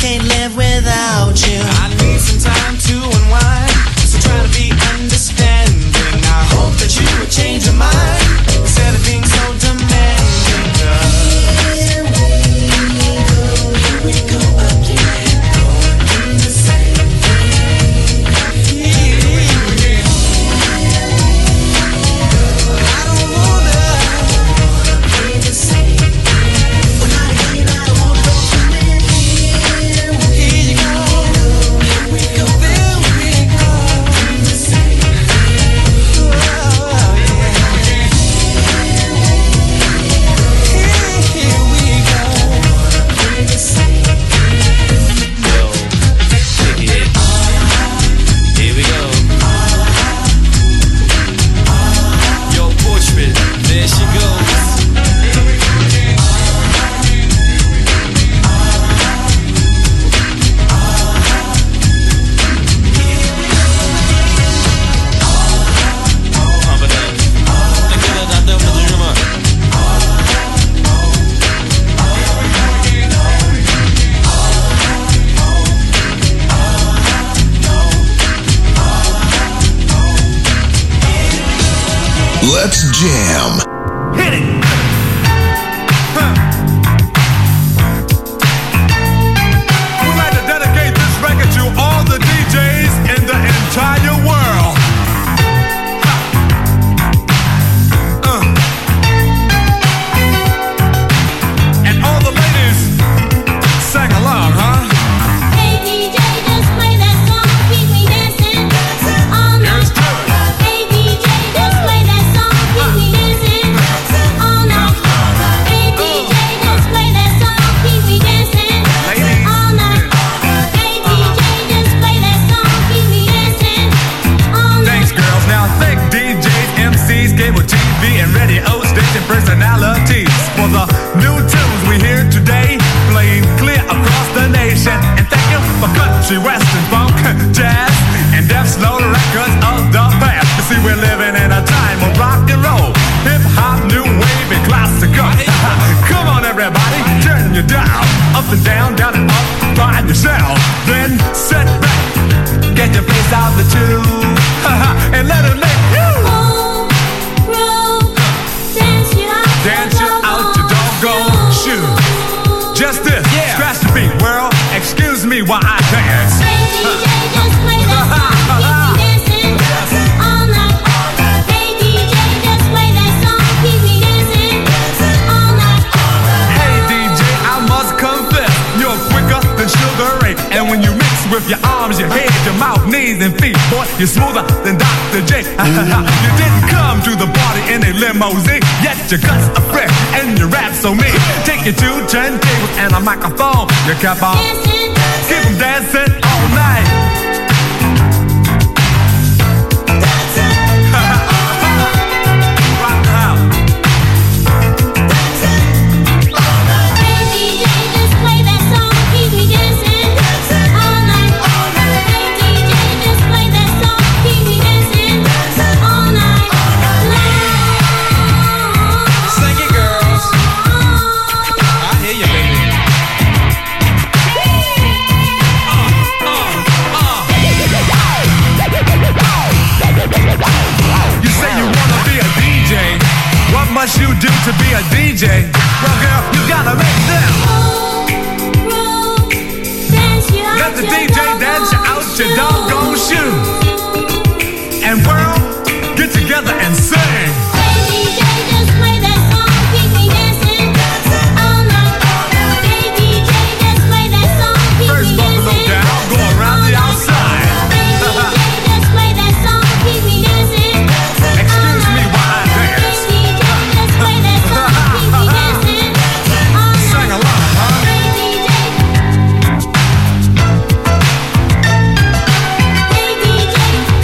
can't live without you. I need some time to unwind, so try to be understanding. I hope that you would change your mind instead of being so demanding. Here we go again, going the same thing. I don't wanna be the same thing. When I again, I don't wanna go through it. Here we go, here we go, there we go, doing the same thing. Oh, yeah. Here we go, doing the same thing. Yo, take it. Here we go. Yo, Portrait, there she goes. Pump it up. Look at that, that was the drummer. Let's jam. Hit it! We'd like to dedicate this record to all the D Js in the entire world. Uh. And all the ladies sang along, huh? Hey D J, just play that song, keep me dancing all night. Hey D J, just play that song, keep me dancing all night. Hey D J, just play that song, keep me dancing all night. Hey D J, just play that song, keep me dancing all night. Thanks, girls. Now thank D Js, M Cs, cable T V, and radio station personalities for the new tunes we hear today, playing clear across the nation. And thank you for country, western, funk, jazz, and deaf slow records of the past. You see, we're living in a time of rock and roll, hip hop, new wave, and classical. Come on, everybody, turn your dial up and down, down and up, find yourself, then sit back, get your face out the tube, and let it make you Oh, roll, dance you out, dance you out your doggone shoe. Just this, scratch the beat, world. Excuse me while I dance. Hey D J, just play that song, keep me dancing all night. Hey D J, just play that song, keep me dancing all night. Hey D J, I must confess, you're quicker than Sugar Ray. And when you mix with your arms, your head, your mouth, knees, and feet, boy, you're smoother than Doctor J. You didn't come to the party in a limousine, yet your guts are fresh and your rap so mean. Take your two turntables and a microphone. You kept on, keep them dancing all night. Rock the house. Hey D J, just play that song, keep me dancing all night. Hey D J, just play that song, keep me dancing all night long. Sing it, girls. I hear you, baby. You say you wanna be a D J. What must you do to be a D J? Well, girl, you gotta make them. Roll, dance you out, Let the your D J dance you out your doggone shoes. And world, get together and sing. Hey D J, just play that song, keep me dancing all night. Hey D J, just play that song, keep First me buffalo dancing down, go around the outside. Hey D J, just play that song, keep me dancing. Excuse me while I dance. Hey D J, just play that song, keep me dancing all night. Sing along, huh? Hey D J, hey D J,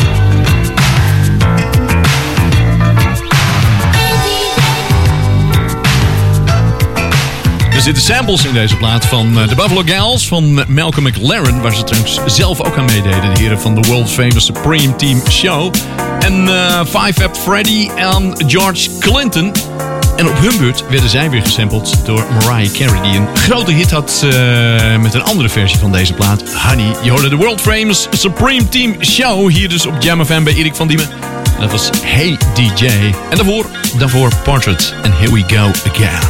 Er zitten samples in deze plaat van uh, de Buffalo Gals van Malcolm McLaren, waar ze trouwens zelf ook aan meededen. De heren van de world famous Supreme Team Show. En uh, Five Up Freddy en George Clinton. En op hun beurt werden zij weer gesampled door Mariah Carey, die een grote hit had uh, met een andere versie van deze plaat, Honey. Je hoorde de World Famous Supreme Team Show hier dus op Jam F M bij Erik van Diemen. En dat was Hey D J. En daarvoor, daarvoor Portrait en Here We Go Again.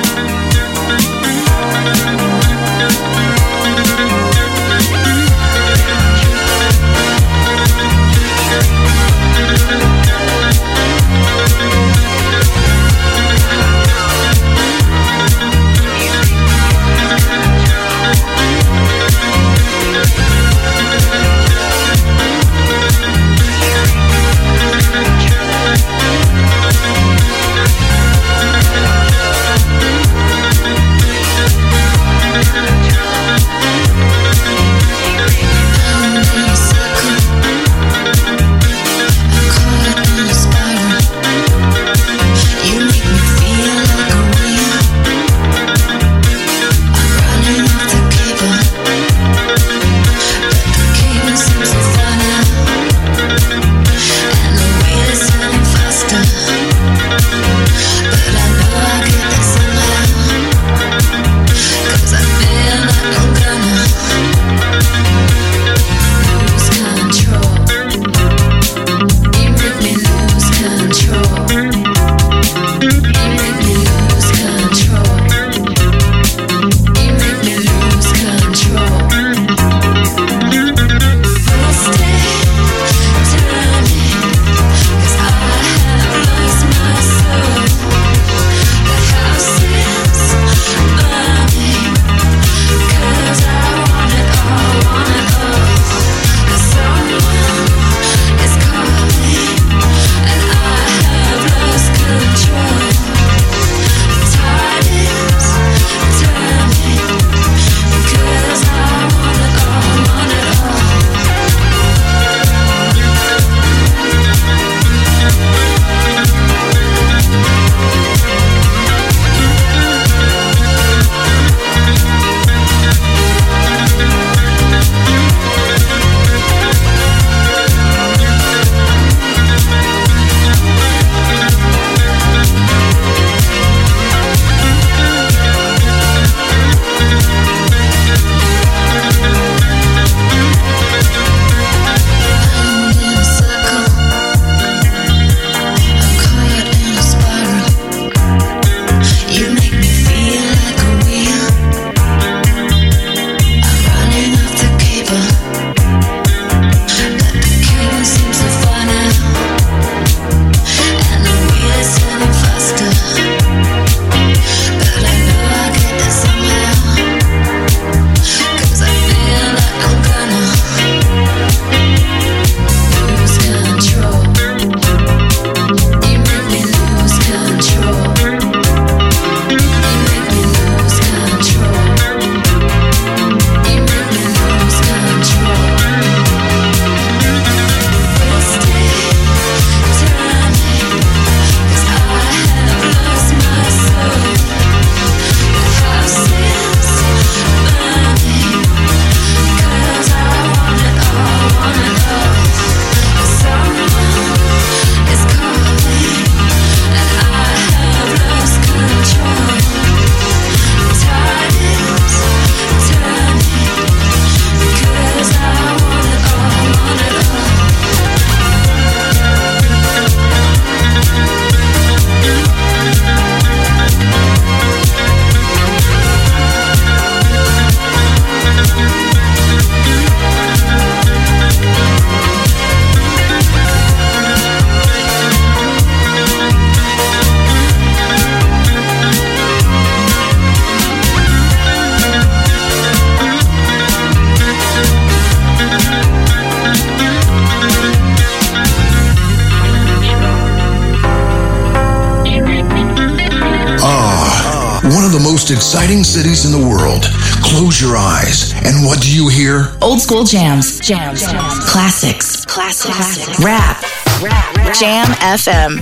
most exciting cities in the world. Close your eyes, and what do you hear? Old school jams, jams, jams. Classics, classics, rap, rap, rap. Jam F M.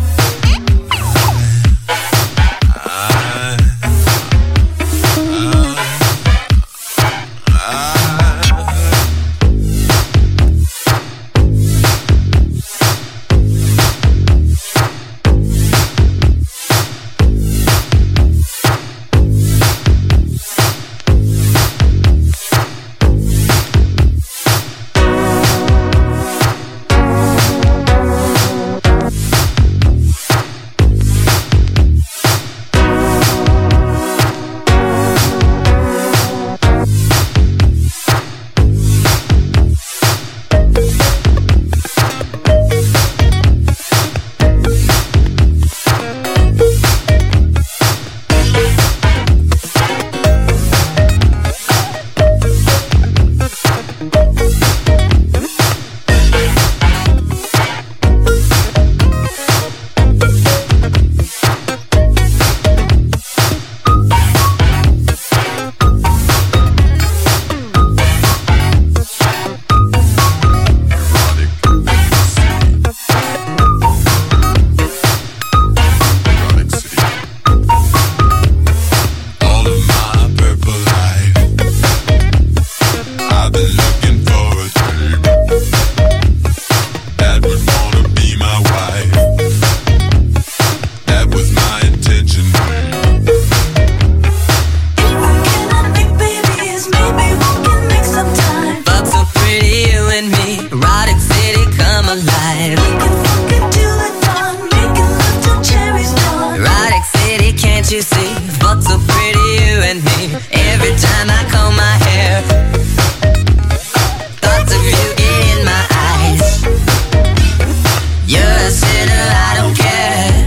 every time I comb my hair. Thoughts of you get in my eyes. You're a sinner, I don't care.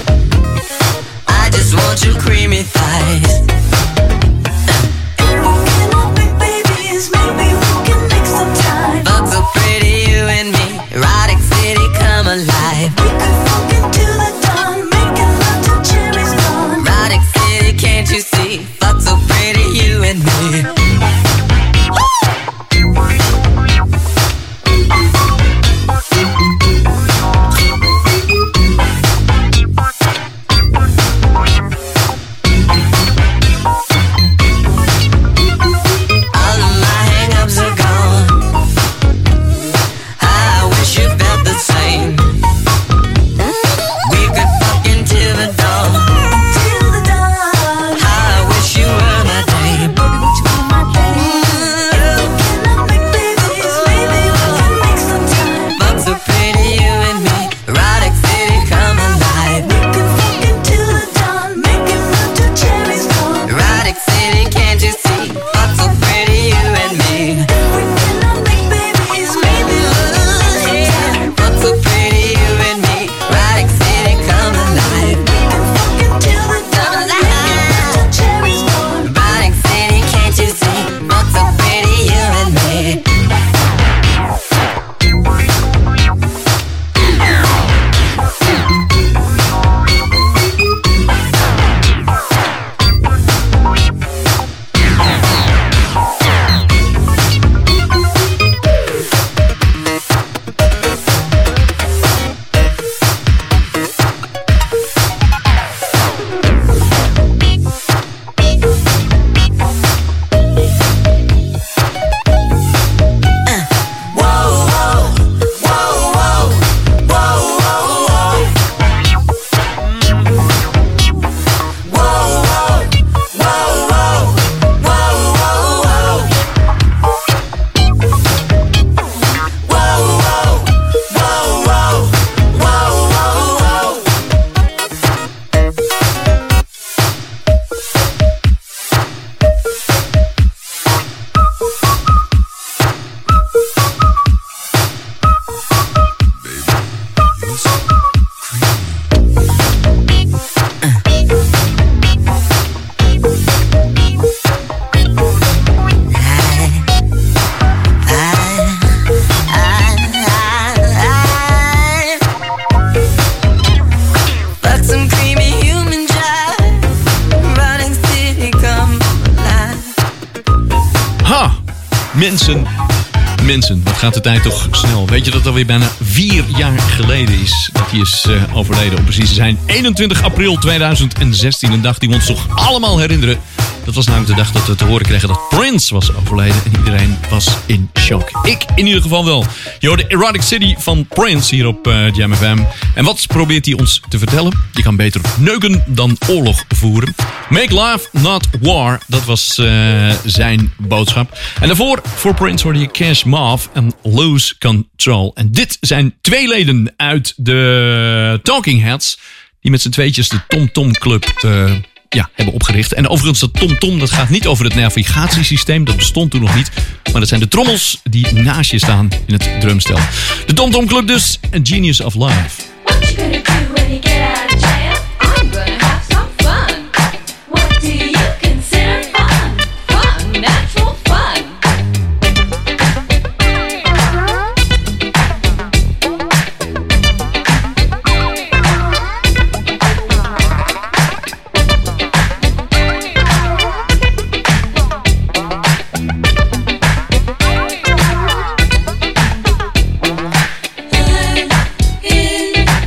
I just want your creamy thighs. Fuck so pretty, you and me. Erotic city, come alive. We could fuck into the dawn, making love till cherries gone. Erotic city, can't you see? Fuck so pretty, you and me. Mensen, mensen, wat gaat de tijd toch snel. Weet je dat het alweer bijna vier jaar geleden is dat hij is uh, overleden. Om precies te zijn eenentwintig april tweeduizend zestien. Een dag die we ons toch allemaal herinneren. Dat was namelijk de dag dat we te horen kregen dat Prince was overleden. En iedereen was in shock. Ik in ieder geval wel. Je hoort de Erotic City van Prince hier op uh, Jam F M. En wat probeert hij ons te vertellen? Je kan beter neuken dan oorlog voeren. Make love, not war. Dat was uh, zijn boodschap. En daarvoor, voor Prince, hoorde je Cash Mauve en Lose Control. En dit zijn twee leden uit de Talking Heads. Die met z'n tweetjes de Tom Tom Club uh, ja, hebben opgericht. En overigens, dat Tom Tom, dat gaat niet over het navigatiesysteem. Dat bestond toen nog niet. Maar dat zijn de trommels die naast je staan in het drumstel. De Tom Tom Club dus. A Genius of Life. What you gonna do when you get out of jail? I'm gonna have some fun. What do you consider fun? Fun, natural fun. In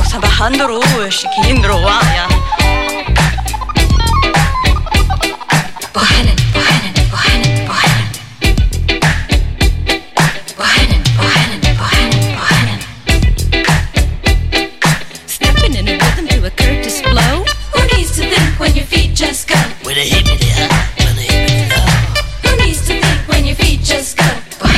trabajando, chiquindro, vaya. Bohannon, Bohannon, Bohannon, Bohannon. Bohannon, Bohannon, Bohannon, Bohannon. Stepping in a rhythm to a Curtis blow. Who needs to think when your feet just go? With a hippity hop, with a hippity hop. Who needs to think when your feet just go?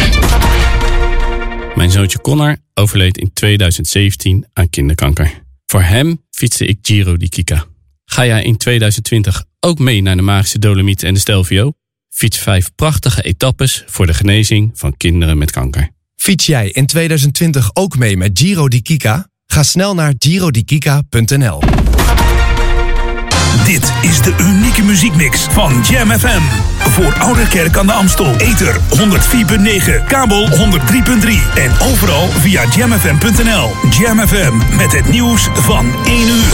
Mijn zoontje Connor overleed in tweeduizend zeventien aan kinderkanker. Voor hem fietste ik Giro di Kika. Ga jij in tweeduizend twintig ook mee naar de Magische Dolomieten en de Stelvio? Fiets vijf prachtige etappes voor de genezing van kinderen met kanker. Fiets jij in tweeduizend twintig ook mee met Giro di Kika? Ga snel naar giro di kika punt n l. Dit is de unieke muziekmix van Jam F M. Voor Ouderkerk aan de Amstel. Ether honderd vier komma negen, kabel honderd drie komma drie. En overal via jam f m punt n l. Jam F M met het nieuws van één uur.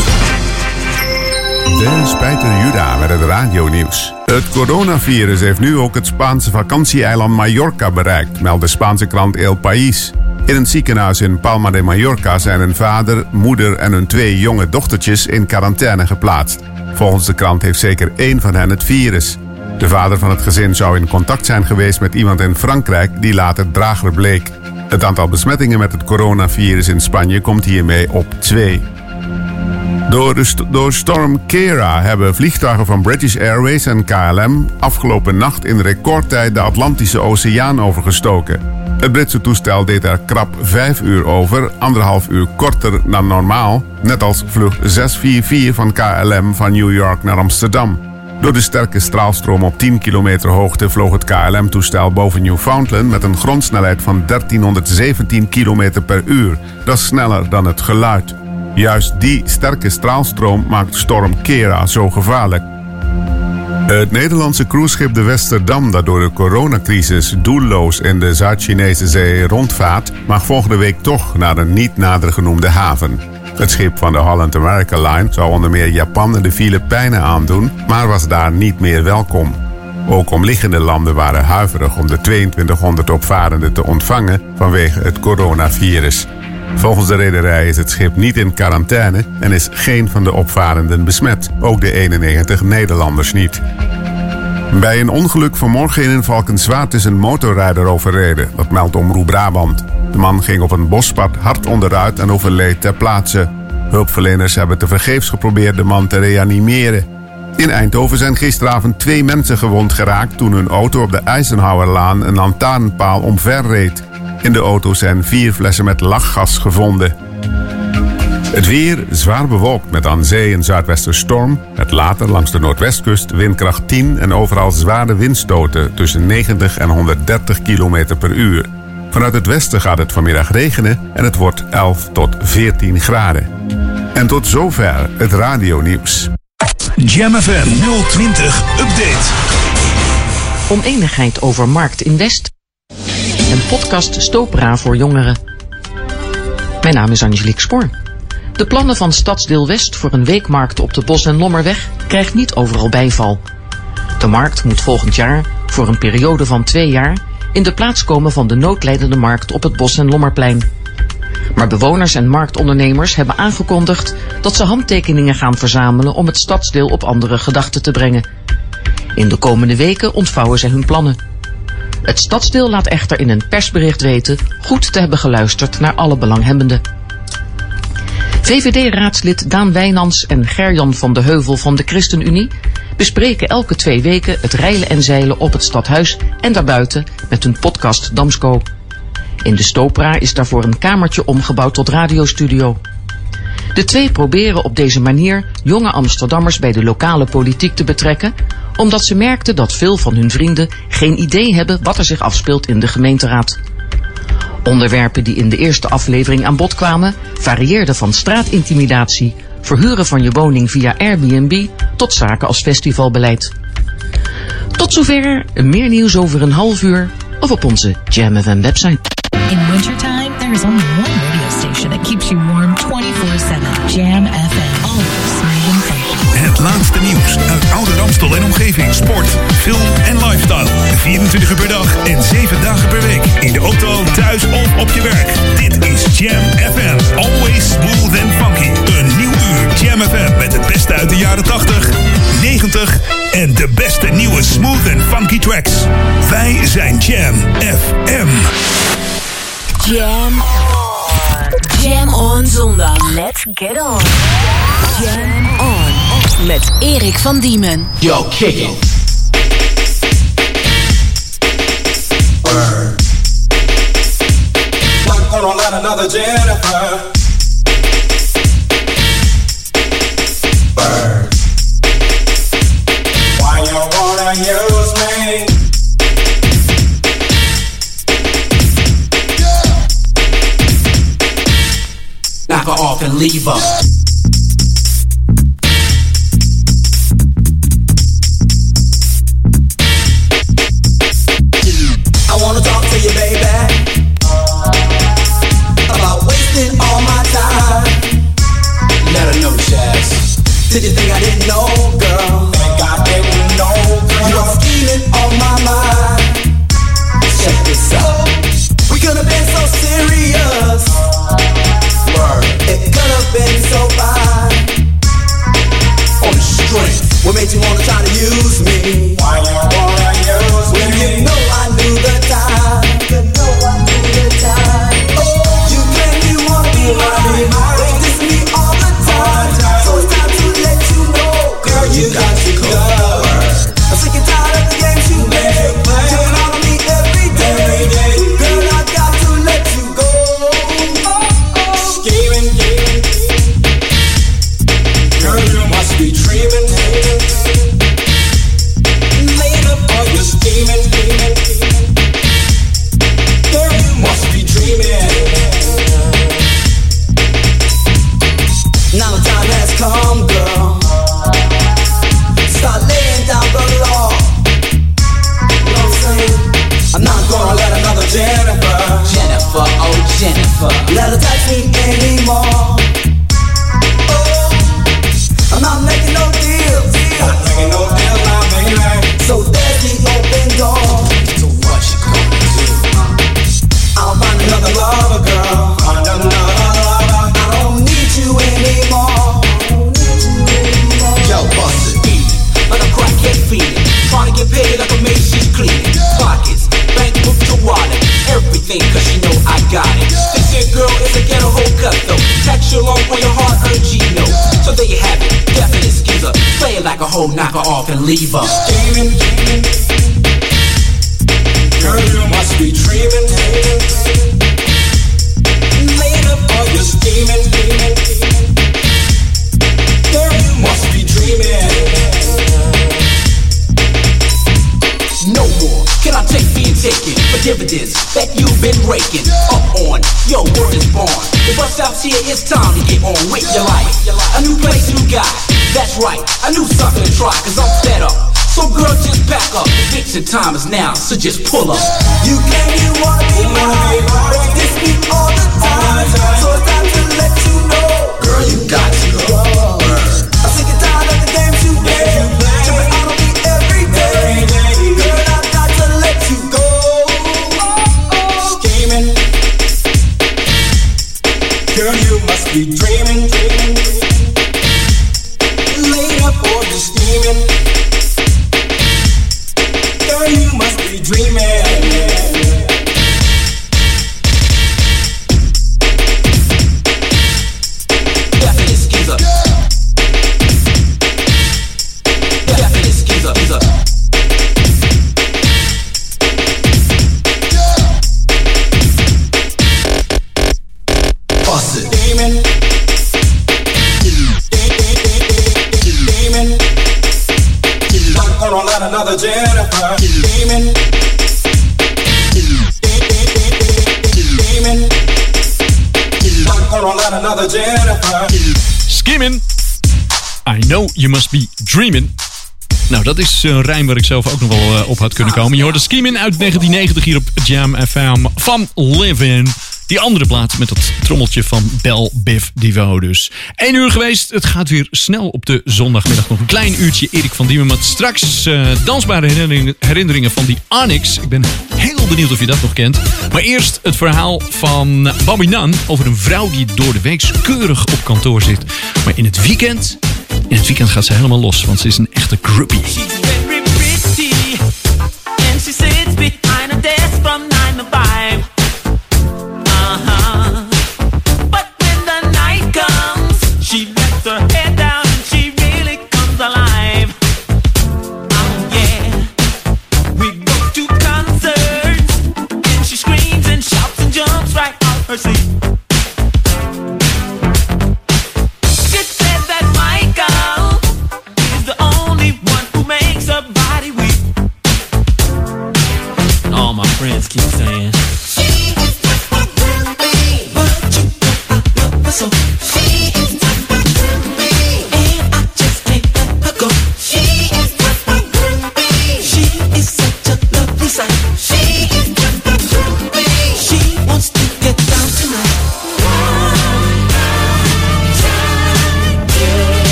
Dennis Peiter Juda met het radionieuws. Het coronavirus heeft nu ook het Spaanse vakantieeiland Mallorca bereikt, meldt de Spaanse krant El País. In een ziekenhuis in Palma de Mallorca zijn een vader, moeder en hun twee jonge dochtertjes in quarantaine geplaatst. Volgens de krant heeft zeker één van hen het virus. De vader van het gezin zou in contact zijn geweest met iemand in Frankrijk die later drager bleek. Het aantal besmettingen met het coronavirus in Spanje komt hiermee op twee. Door, de st- door storm Kera hebben vliegtuigen van British Airways en K L M afgelopen nacht in recordtijd de Atlantische Oceaan overgestoken. Het Britse toestel deed er krap vijf uur over, anderhalf uur korter dan normaal, net als vlucht zes vier vier van K L M van New York naar Amsterdam. Door de sterke straalstroom op tien kilometer hoogte vloog het K L M-toestel boven Newfoundland met een grondsnelheid van dertienhonderdzeventien kilometer per uur. Dat is sneller dan het geluid. Juist die sterke straalstroom maakt storm Kera zo gevaarlijk. Het Nederlandse cruiseschip de Westerdam, dat door de coronacrisis doelloos in de Zuid-Chinese zee rondvaart, mag volgende week toch naar een niet nader genoemde haven. Het schip van de Holland America Line zou onder meer Japan en de Filipijnen aandoen, maar was daar niet meer welkom. Ook omliggende landen waren huiverig om de tweeëntwintighonderd opvarenden te ontvangen vanwege het coronavirus. Volgens de rederij is het schip niet in quarantaine en is geen van de opvarenden besmet. Ook de eenennegentig Nederlanders niet. Bij een ongeluk vanmorgen in Valkenswaard is een motorrijder overreden. Dat meldt Omroep Brabant. De man ging op een bospad hard onderuit en overleed ter plaatse. Hulpverleners hebben tevergeefs geprobeerd de man te reanimeren. In Eindhoven zijn gisteravond twee mensen gewond geraakt toen hun auto op de Eisenhowerlaan een lantaarnpaal omverreed. In de auto zijn vier flessen met lachgas gevonden. Het weer zwaar bewolkt met aan zee een zuidwesterstorm. Het later langs de noordwestkust windkracht tien en overal zware windstoten tussen negentig en honderddertig kilometer per uur. Vanuit het westen gaat het vanmiddag regenen en het wordt elf tot veertien graden. En tot zover het radionieuws. Jam F M nul twintig Update. Oneenigheid over Markt in West. Een podcast Stopra voor jongeren. Mijn naam is Angelique Spoor. De plannen van Stadsdeel West voor een weekmarkt op de Bos- en Lommerweg krijgt niet overal bijval. De markt moet volgend jaar, voor een periode van twee jaar, in de plaats komen van de noodlijdende markt op het Bos- en Lommerplein. Maar bewoners en marktondernemers hebben aangekondigd dat ze handtekeningen gaan verzamelen om het stadsdeel op andere gedachten te brengen. In de komende weken ontvouwen ze hun plannen. Het stadsdeel laat echter in een persbericht weten goed te hebben geluisterd naar alle belanghebbenden. V V D-raadslid Daan Wijnands en Gerjan van de Heuvel van de ChristenUnie bespreken elke twee weken het reilen en zeilen op het stadhuis en daarbuiten met hun podcast Damsko. In de Stopra is daarvoor een kamertje omgebouwd tot radiostudio. De twee proberen op deze manier jonge Amsterdammers bij de lokale politiek te betrekken, omdat ze merkten dat veel van hun vrienden geen idee hebben wat er zich afspeelt in de gemeenteraad. Onderwerpen die in de eerste aflevering aan bod kwamen varieerden van straatintimidatie, verhuren van je woning via Airbnb tot zaken als festivalbeleid. Tot zover, meer nieuws over een half uur of op onze Jam F M website. In wintertime, there is only one radio station that keeps you warm twenty-four seven. Jam F M. Always smooth and funky. Het laatste nieuws uit Ouder Amstel en omgeving. Sport, film en lifestyle. vierentwintig uur per dag en zeven dagen per week. In de auto, thuis of op je werk. Dit is Jam F M. Always smooth and funky. funky tracks. Wij zijn Jam F M. Jam on. Jam on zondag. Let's get on. Jam on. Met Erik van Diemen. Yo, kick it. Word. Not gonna let another Jennifer. Word. Why you wanna use me? Knock her off and leave her. I wanna talk to you, baby, about wasting all my time. Let her know, Chaz. Did you think I didn't know, girl? Think I didn't know, girl. You're scheming on my mind. Check this out. We could have been so serious. Word. It could have been so fine. On the strength. What made you wanna try to use me? Why you wanna use me? When you know I knew the time. You know I knew the time. Oh, you claim you wanna be mine. Wait, this me all the time. So it's time to let you know, girl, you got to go. I'm sick and tired of the games you play. Jumping out on me every day. Girl, I got to let you go. Scheming, girl, you must be dreaming. Later, are you scheming? Girl, you must be dreaming. Now the time has come, girl. Start laying down the law. You know what I'm saying? I'm not gonna let another Jennifer, Jennifer, oh Jennifer, let her touch me anymore. Oh, I'm not making no deals, not making no deals now, baby. So there's the open door. So what you gonna do? I'll find another lover, girl. Find another lover. I don't need you anymore. Yo, bust it, eat it, like a crackhead feeling. Trying to get paid like a maid, she's cleaning. Pockets, bankbook to wallet, everything, cause she know I got it. This here girl is a ghetto whole cut though. Tax you along for your hard-earned G-No. So there you have it, definite skeezer. Play it like a hoe, knock her off and leave her. Scheming, girl, you must be dreaming. Later, are you scheming? Girl, you must be dreaming. No more can I take being taken for dividends that you've been raking up on. Your word is born. The bus stops here, it's time to get on with your life. A new place, new guy. That's right, I knew something to try, cause I'm fed up. So girl, just back up. Eviction time is now, so just pull up. You claim you wanna be mine, but you diss me all the time. So it's time to let you know, girl, you got to go. I'm sick and tired of the games you play. Jumping out on me every day. Girl, I got to let you go. Scheming, girl, you must be dreaming. Laid up or just scheming. Girl, you must be dreaming. Definite skeezer. Definite skeezer. Bust it. Demon. Demon. Not gonna let another Jennifer. Demon. Demon. Not gonna let another Jennifer. Skimming. I know you must be dreaming. Nou, dat is een rijm waar ik zelf ook nog wel uh, op had kunnen komen. Je hoorde Skimming uit negentien negentig hier op Jam F M van Livin'. Die andere plaat met dat trommeltje van Bell Biv DeVoe dus. Eén uur geweest. Het gaat weer snel op de zondagmiddag. Nog een klein uurtje Erik van Diemen. Met straks uh, dansbare herinneringen, herinneringen van die Onyx. Ik ben heel benieuwd of je dat nog kent. Maar eerst het verhaal van Bobby Nunn over een vrouw die door de week keurig op kantoor zit. Maar in het weekend, in het weekend gaat ze helemaal los. Want ze is een echte groupie. She's very pretty.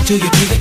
to you, baby.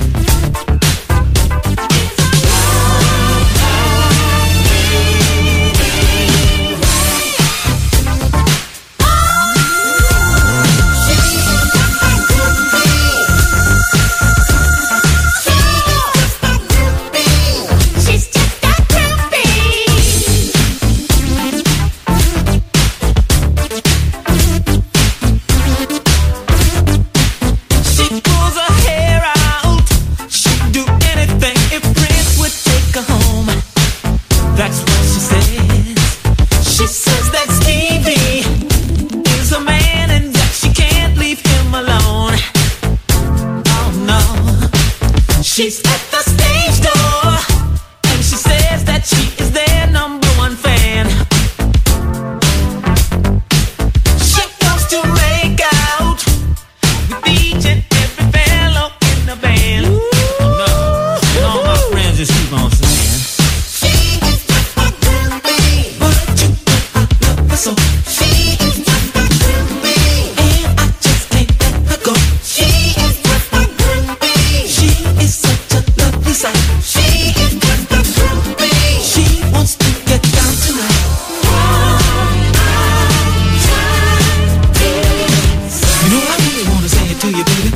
She's at the stage door, and she says that she is their number one fan. She wants to make out with each and every fellow in the band. Oh no, and all my friends just keep on saying, she is just my groupie, but you know I love her so. She is just my groupie, and I just can't let her go. She is just my groupie, she is such a lovely sight. She is just a groupie. She wants to get down tonight. You know I really wanna say it to you, baby.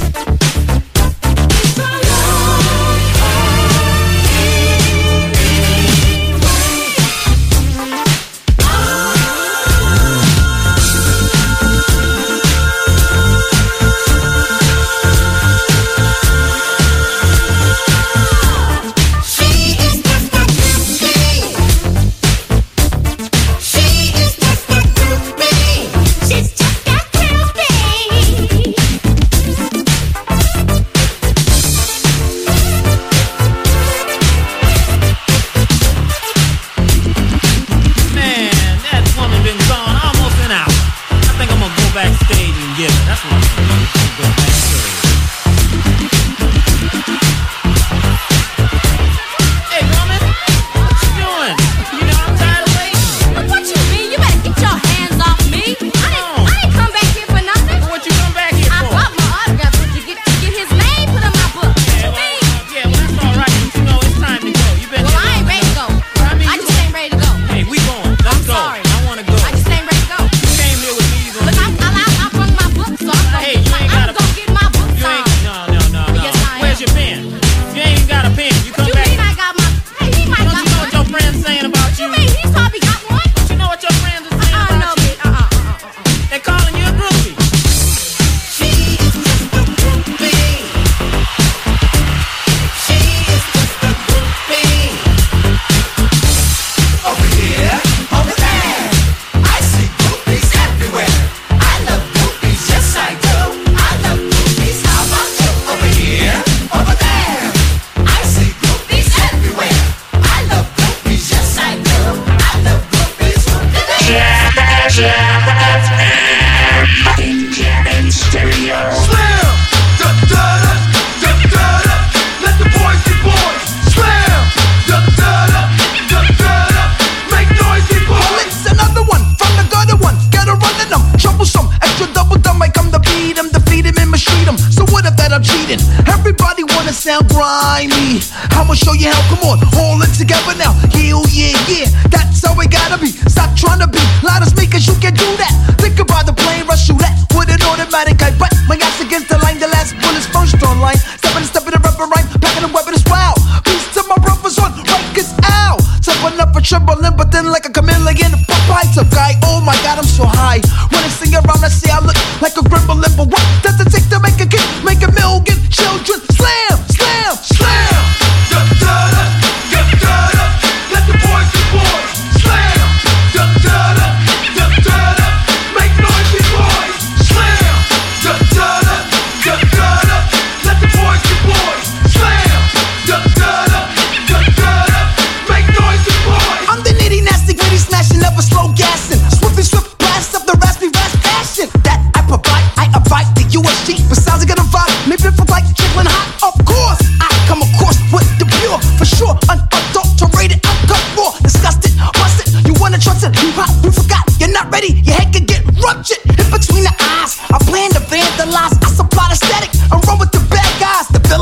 Sound grimy. I'ma show you how. Come on, hold it together now. Hell yeah, yeah. That's how it gotta be. Stop trying to be loud as me, cause you can do that. Think about the plane rush you that with an automatic. I butt my ass against the line. The last bullet's first on line. Stepping and stepping the rubber rhyme. Packing the weapon as well. Peace to my brothers on Rikers out. Toughen up a trembling, but then like a chameleon. Popeye tough guy. Oh my god, I'm so high. When I sing around, I say I look like a gremlin. But what does it take to make a kid? Make a million children slam. Slam, slam, da da da, da da da. Let the boys be boys. Slam, da da da, da da da. Make noise, be boys. Slam, da da da, da da da. Let the boys be boys. Slam, da da da, da da da. Make noise, be boys. I'm the nitty nasty gritty smashing, never slow gassing. Swiftly swift blast of the raspy rasp passion that I provide. I abide the U S G. Besides, I got a vibe. Maybe for like chicken hot. Of course, I come across with the pure, for sure, unadulterated. I got raw, disgusted, busted. You wanna trust it? You hot? You forgot? You're not ready. Your head could get ruptured in between the eyes. I plan to vandalize. I supply the static and run with the bad guys. The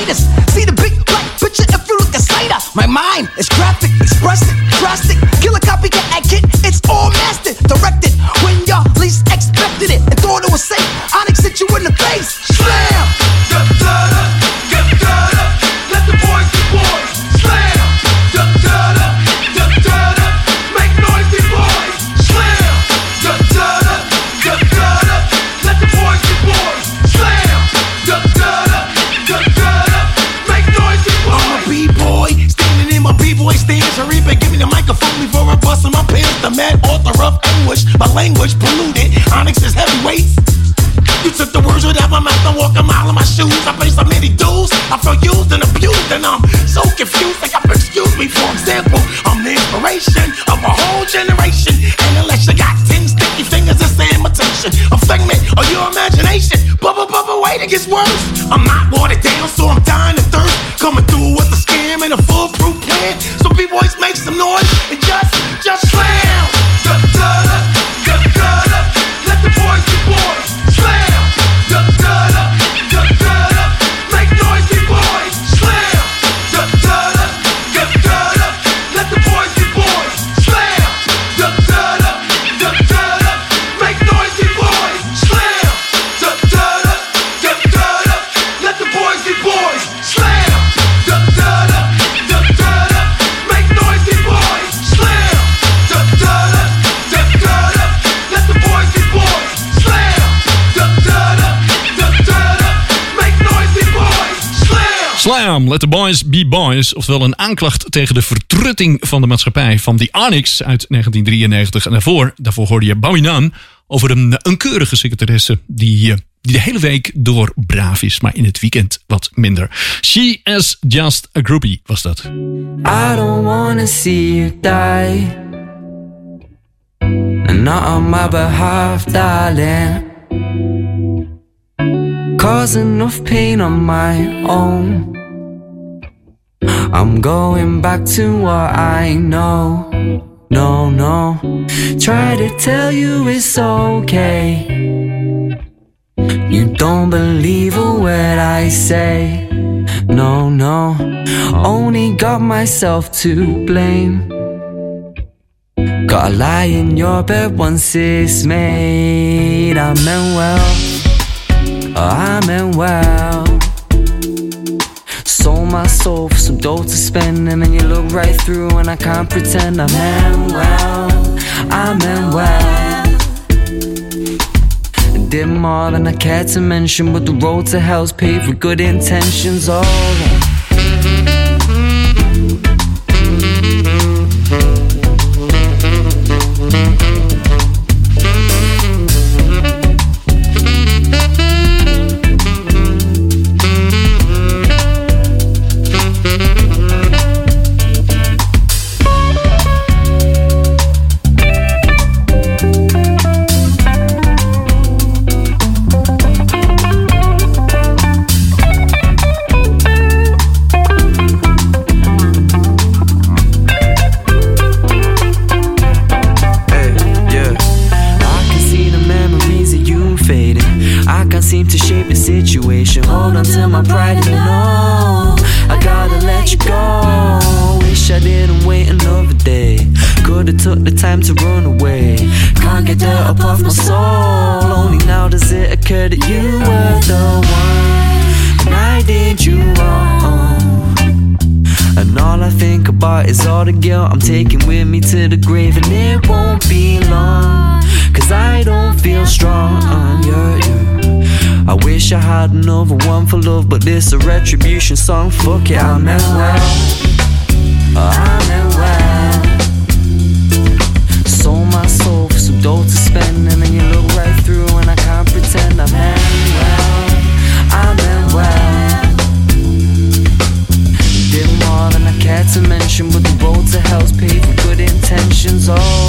latest. See the big black picture if you look at Slater. My mind is graphic, expressive, drastic. Killer copycat act kid, it's all mastered. Directed when y'all least expected it. And thought it was safe, Onyx hit you in the face. Slam! Da da da, da da da. Let the boys be boys. Slam! Da da da, da da da. Make noisy boys. Slam! Da da da, da da da. Let the boys be boys. Slam! Da da da, da da da. Make noisy boys. I'm a b-boy, standing in my b-boy stance. Hurry back, give me the microphone before I bust in my pants. The mad author of anguish, my language polluted. Onyx is heavyweight. You took the words right out my mouth and walk a mile in my shoes. I pay so many dues, I feel used and abused, and I'm so confused. Like, excuse me, for example, I'm the inspiration of a whole generation. And unless you got ten sticky fingers, it's an imitation, a figment of your imagination. Bubba, bubba, wait, it gets worse. I'm not watered down, so I'm dying of thirst. Coming through with a scam and a foolproof plan. So B-boys make some noise and just, just slam. Da da da, da da da. Let the boys be boys. Slam. Da da da, da da da. Make noisy boys. Slam. Da da da, da da da. Let the boys be boys. Slam. Da da da, da da da. Make noisy boys. Slam. Da da da, da da da. Let the boys be boys. Slam. Da da da, da da da. Make noisy boys. Slam. Da da da, da da da. Let the boys be boys. Slam. Da da da, da da da. Make noisy boys. Slam. Slam, let the boys be boys. Oftewel een aanklacht tegen de vertrutting van de maatschappij van The Onyx uit negentien drieënnegentig. En daarvoor, daarvoor hoorde je Bowie Nunn over een, een keurige secretaresse die, die de hele week door braaf is, maar in het weekend wat minder. She is just a groupie was dat. I don't wanna see you die, and not on my behalf, darling. Cause enough pain on my own. I'm going back to what I know. No, no. Try to tell you it's okay. You don't believe a word I say. No, no. Only got myself to blame. Gotta lie in your bed once it's made. I meant well. Oh, I meant well. Sold my soul for some dough to spend, and then you look right through and I can't pretend. I meant well, I meant well. Did more than I cared to mention, but the road to hell's paved with good intentions. Oh, seem to shape the situation. Hold on to my pride and know I gotta let you go. Wish I didn't wait another day. Could've took the time to run away. Can't get dirt up off my soul. Only now does it occur that you were the one, and I did you wrong. And all I think about is all the guilt I'm taking with me to the grave. And it won't be long, cause I don't feel strong. Yeah, yeah. I wish I had another one for love, but this a retribution song. Fuck it, I meant well. I meant well. Sold my soul for some dough to spend, and then you look right through and I can't pretend. I meant well. I meant well. Did more than I cared to mention, but the road to hell's paved with good intentions. Oh,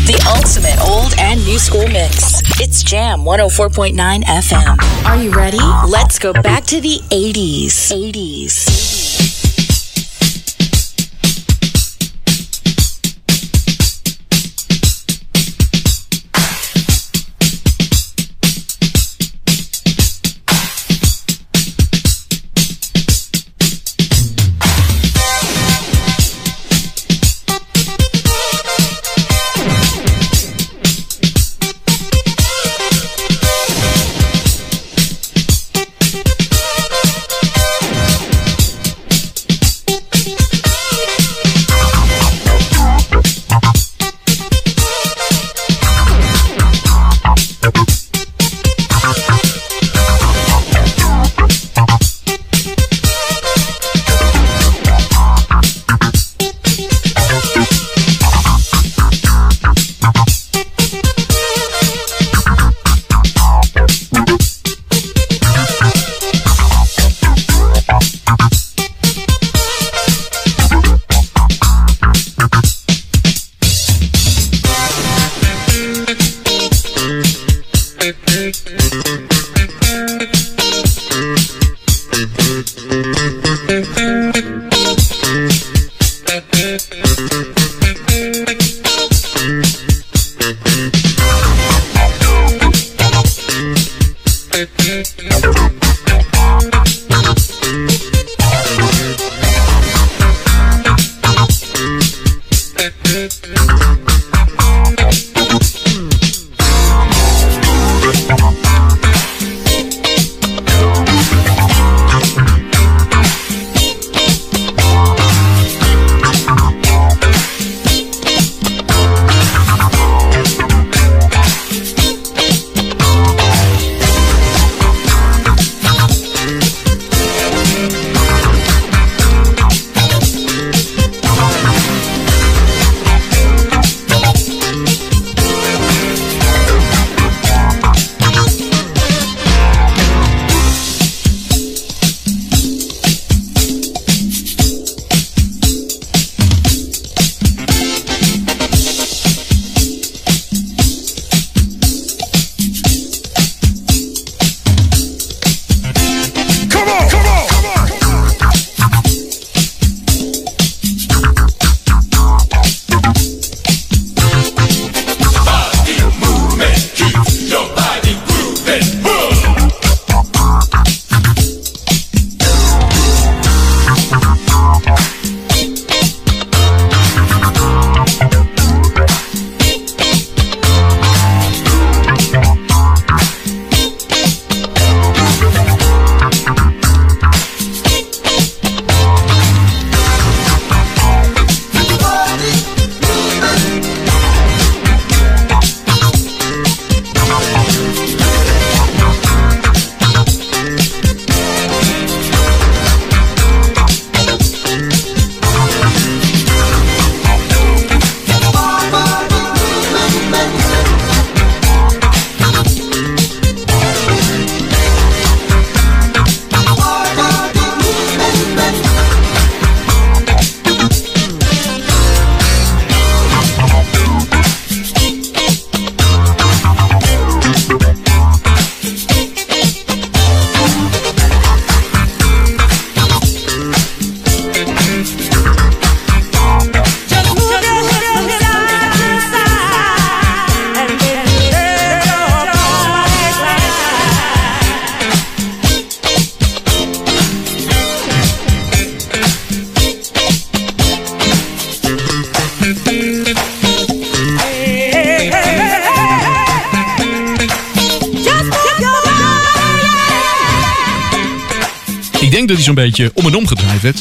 The ultimate old and new school mix. It's Jam one oh four point nine F M. Are you ready? Let's go back to the eighties. eighties. Ik denk dat hij zo'n beetje om en om gedraaid werd.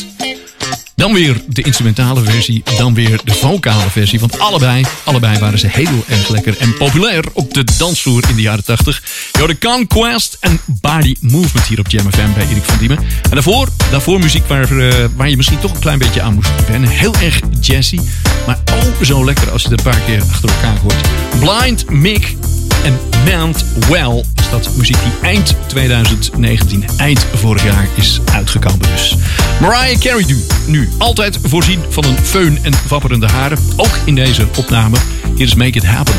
Dan weer de instrumentale versie, dan weer de vocale versie. Want allebei, allebei waren ze heel erg lekker en populair op de dansvloer in de jaren tachtig. De Conquest en Body Movement hier op Jam F M bij Erik van Diemen. En daarvoor, daarvoor muziek waar, uh, waar je misschien toch een klein beetje aan moest wennen. Heel erg jazzy, maar ook zo lekker als je het een paar keer achter elkaar hoort. Blind Mick en Meant Well is dat muziek die eind twintig negentien, eind vorig jaar is uitgekomen dus. Mariah Carey nu, nu altijd voorzien van een föhn en wapperende haren. Ook in deze opname. Hier is Make It Happen.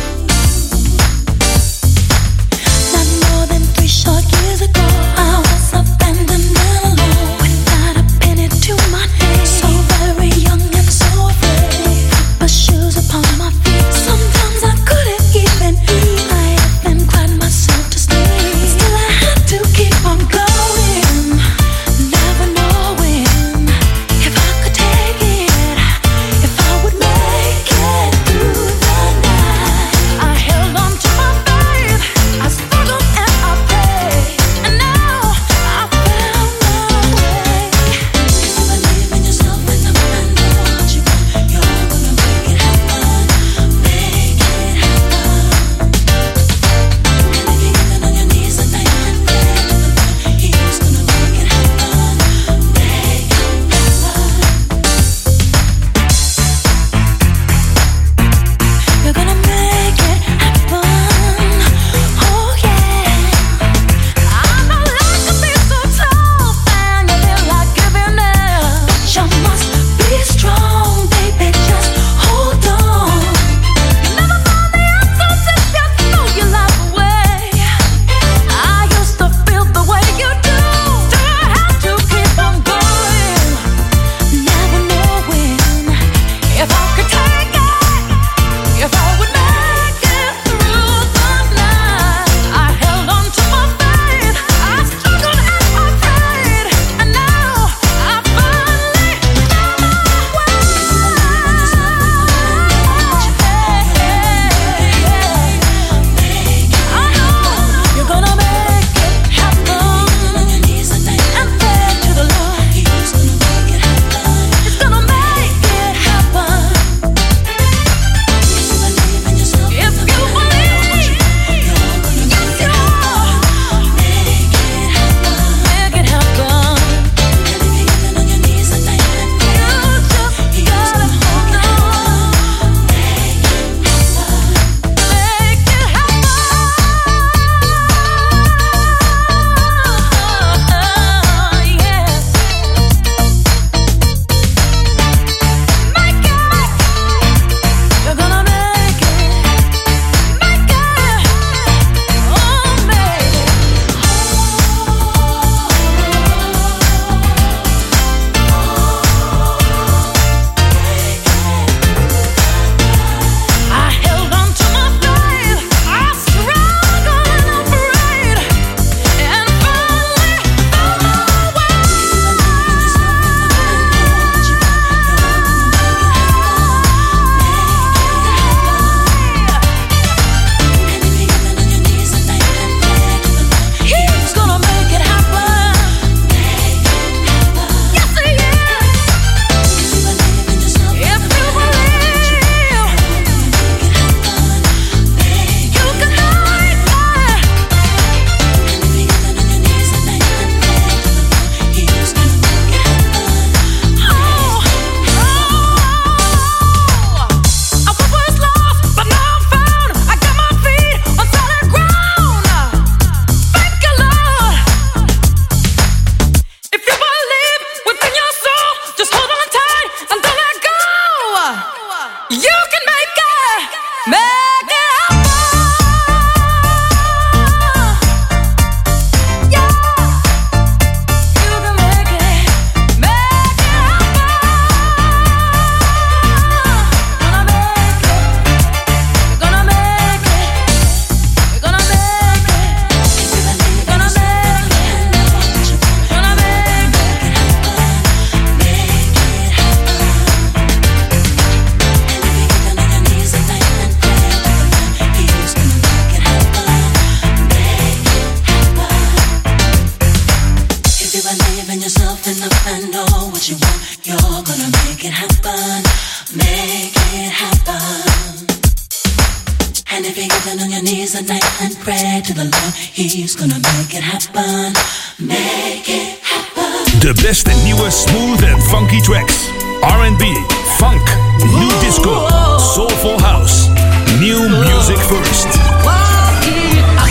De beste nieuwe smooth en funky tracks. R and B, funk, new disco, soulful house. New music first. Walking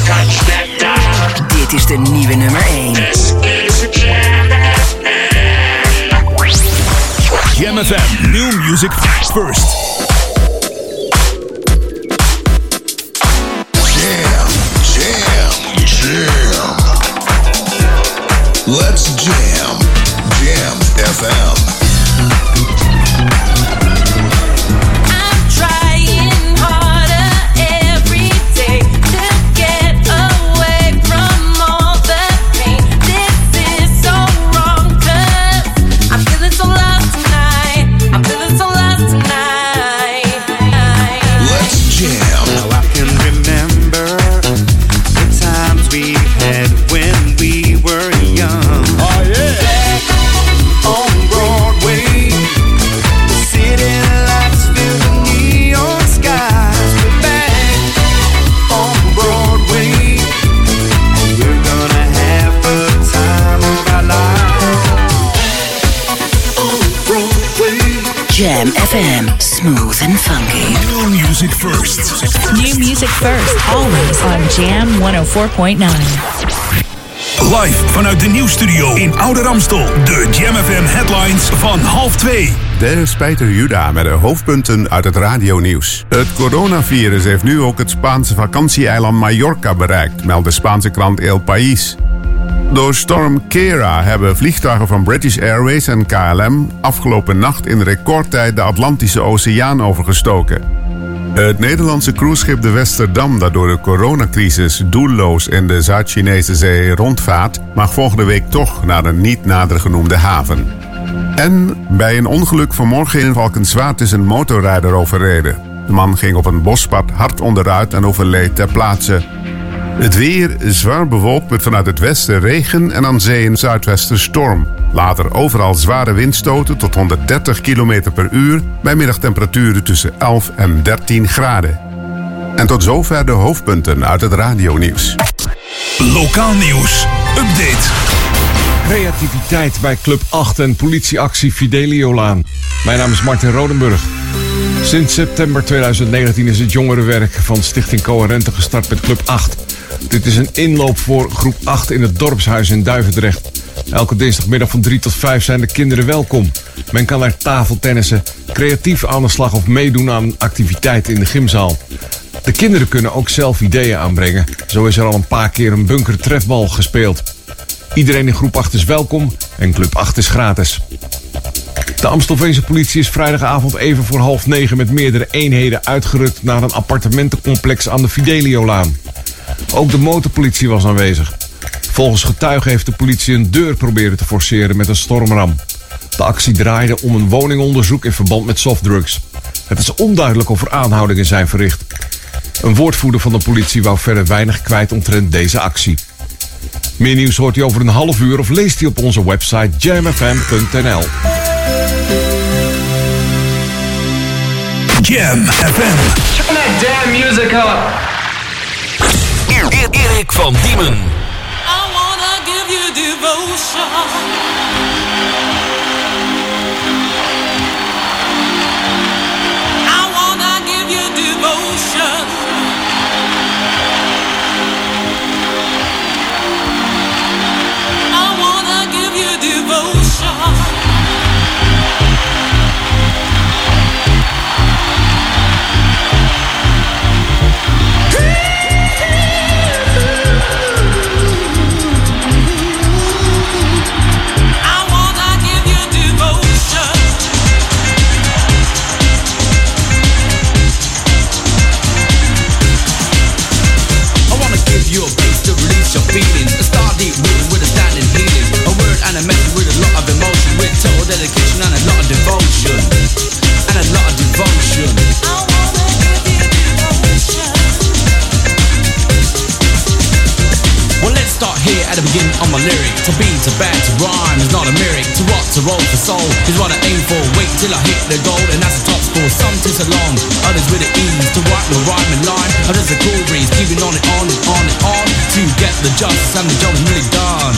Dit is de nieuwe nummer één. Jam F M, new music first. Jam, jam, jam. Let's jam. Jam F M. Jam F M, smooth and funky. New music first. New music first, always on Jam honderdvier komma negen. Live vanuit de nieuwsstudio in Ouder Amstel. De Jam F M headlines van half twee. Dit is Peter Juda met de hoofdpunten uit het radionieuws. Het coronavirus heeft nu ook het Spaanse vakantieeiland Mallorca bereikt, meldt de Spaanse krant El País. Door storm Kera hebben vliegtuigen van British Airways en K L M afgelopen nacht in recordtijd de Atlantische Oceaan overgestoken. Het Nederlandse cruiseschip de Westerdam, dat door de coronacrisis doelloos in de Zuid-Chinese zee rondvaart, mag volgende week toch naar een niet nader genoemde haven. En bij een ongeluk vanmorgen in Valkenswaard is een motorrijder overreden. De man ging op een bospad hard onderuit en overleed ter plaatse. Het weer zwaar bewolkt met vanuit het westen regen en aan zee een zuidwesten storm. Later overal zware windstoten tot honderddertig kilometer per uur bij middagtemperaturen tussen elf en dertien graden. En tot zover de hoofdpunten uit het radionieuws. Lokaal nieuws. Update. Creativiteit bij Club acht en politieactie Fideliolaan. Mijn naam is Martin Rodenburg. Sinds september tweeduizend negentien is het jongerenwerk van Stichting Coherente gestart met Club acht. Dit is een inloop voor groep acht in het dorpshuis in Duivendrecht. Elke dinsdagmiddag van drie tot vijf zijn de kinderen welkom. Men kan er tafeltennissen, creatief aan de slag of meedoen aan activiteiten in de gymzaal. De kinderen kunnen ook zelf ideeën aanbrengen. Zo is er al een paar keer een bunker trefbal gespeeld. Iedereen in groep acht is welkom en Club acht is gratis. De Amstelveense politie is vrijdagavond even voor half negen met meerdere eenheden uitgerukt naar een appartementencomplex aan de Fideliolaan. Ook de motorpolitie was aanwezig. Volgens getuigen heeft de politie een deur proberen te forceren met een stormram. De actie draaide om een woningonderzoek in verband met softdrugs. Het is onduidelijk of er aanhoudingen zijn verricht. Een woordvoerder van de politie wou verder weinig kwijt omtrent deze actie. Meer nieuws hoort u over een half uur of leest u op onze website jam f m punt n l. Jam F M. Turn that damn music up. Erik van Diemen. I wanna give you devotion. I wanna give you devotion. I wanna give you devotion. Your bass to release your feelings. A star deep rhythm with a standing healing. A word and a message with a lot of emotion. With total dedication and a lot of devotion. And a lot of devotion. I wanna give you devotion. Well, let's start here at the beginning of my lyric. To beat, to bad, to rhyme is not a lyric. To rock, to roll, to soul is what I aim for. Wait till I hit the goal and that's the top score. Some takes a long, others with the ease. To write the rhyme and line, others a cool breeze. Keeping on and on and on and on to get the justice and the job is really done.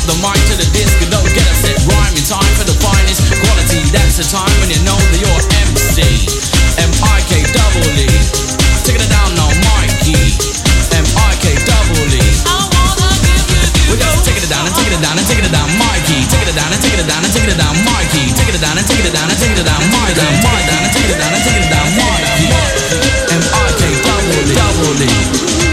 the mic to the disc, you don't get a set rhyme in time for the finest quality. That's the time when you know that you're M C. M I K double E. Taking it down now, Mikey. M I K double E. We're just taking it down and taking it down and taking it down, Mikey. Taking it down and taking it down and taking it down, Mikey. Taking it down and taking it down and taking it down, my down, my down and taking it down and taking it down, Mikey. M I K double E, double E.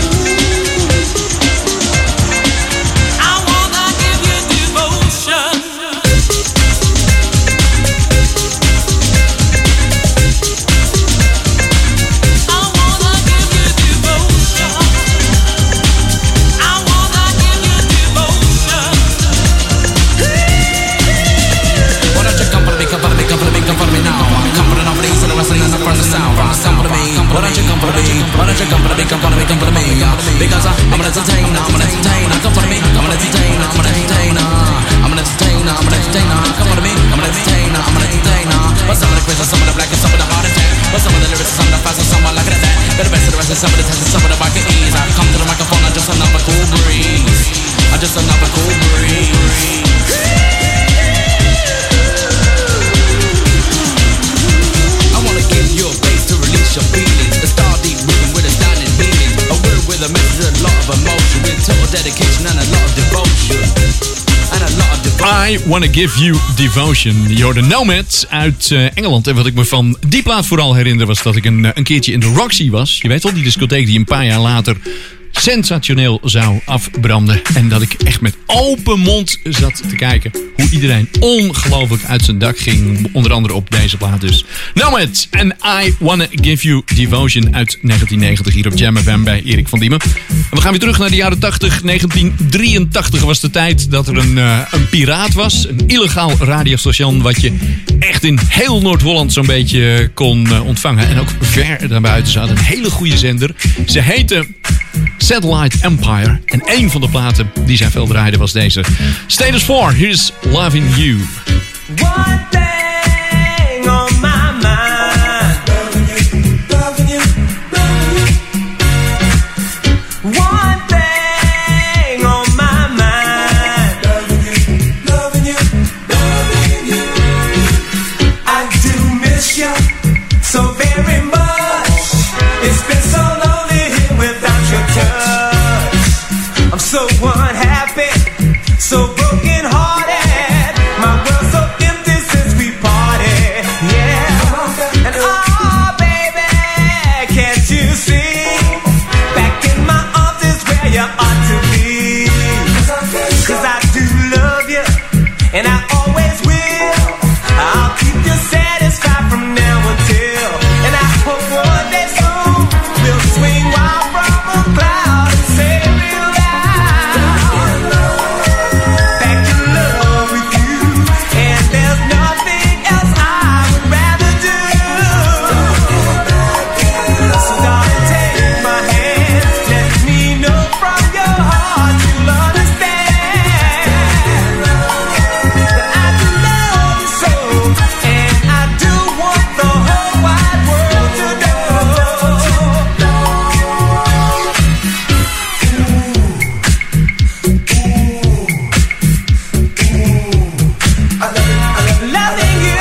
Why don't you come for me? Why don't you come for me? Come for me, come for me. Because I'm an entertainer, I'm an entertainer. Come for me, I'm an entertainer, I'm an entertainer. I'm an entertainer, I'm an entertainer. Come for me, I'm an entertainer, I'm an entertainer. But some of the quiz, some of the black, and some of the heart attack. But some of the lyrics, some of the fast, and some are like that. But the best of the rest, and some of the tests, and some of the back and ease. I come to the microphone, I'm just another cool breeze. I'm just another cool breeze. I wanna give you a bass to release your feelings. A star deep rhythm with a standing healing. A word with a message, a lot of emotion. With total dedication and a lot of devotion. And a lot of devotion. I Wanna Give You Devotion. Je hoorde Nomads uit uh, Engeland. En wat ik me van die plaat vooral herinner was dat ik een, een keertje in de Roxy was. Je weet wel, die discotheek die een paar jaar later sensationeel zou afbranden. En dat ik echt met open mond zat te kijken hoe iedereen ongelooflijk uit zijn dak ging. Onder andere op deze plaat dus. Nomads en I Wanna Give You Devotion uit negentien negentig hier op Jam F M bij Erik van Diemen. En we gaan weer terug naar de jaren tachtig. negentien drieëntachtig was de tijd dat er een, uh, een piraat was. Een illegaal radiostation wat je echt in heel Noord-Holland zo'n beetje kon uh, ontvangen. En ook ver daarbuiten. Ze hadden een hele goede zender. Ze heette Satellite Empire. En een van de platen die zij veel draaiden was deze. Status four, here's Loving You. One thing on my mind. Loving you, loving you, loving you. One thing on my mind. Loving you, loving you, loving you. I do miss you so very much. It's been so lonely here without your touch. I'm so unhappy, so broken hearted. My world's so empty since we parted. Yeah. And oh, baby, can't you see? Back in my arms is where you ought to be. Cause I do love you, and I always will. I'll keep you satisfied from now until. And I hope one day soon we'll swing wild from a cloud and say real loud. Back in love with you, and there's nothing else I would rather do. So darling, take my hand, let me know from your heart you'll understand that I do love you so, and I do want the whole wide world to know. Loving you.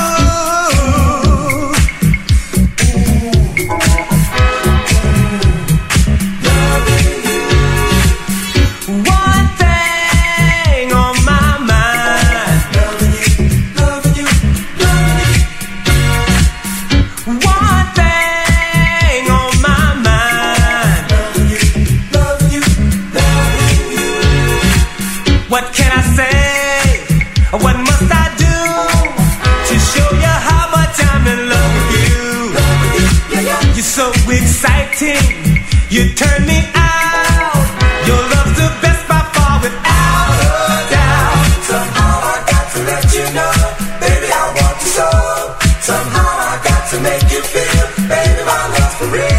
One thing on my mind. Loving you, loving you. One thing on my mind. Loving you, loving you. What can I say? What must I do to show you how much I'm in love with you? You're so exciting, you turn me out. Your love's the best by far without a doubt. Somehow I got to let you know, baby, I want you so. Somehow I got to make you feel, baby, my love's for real.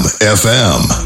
F M.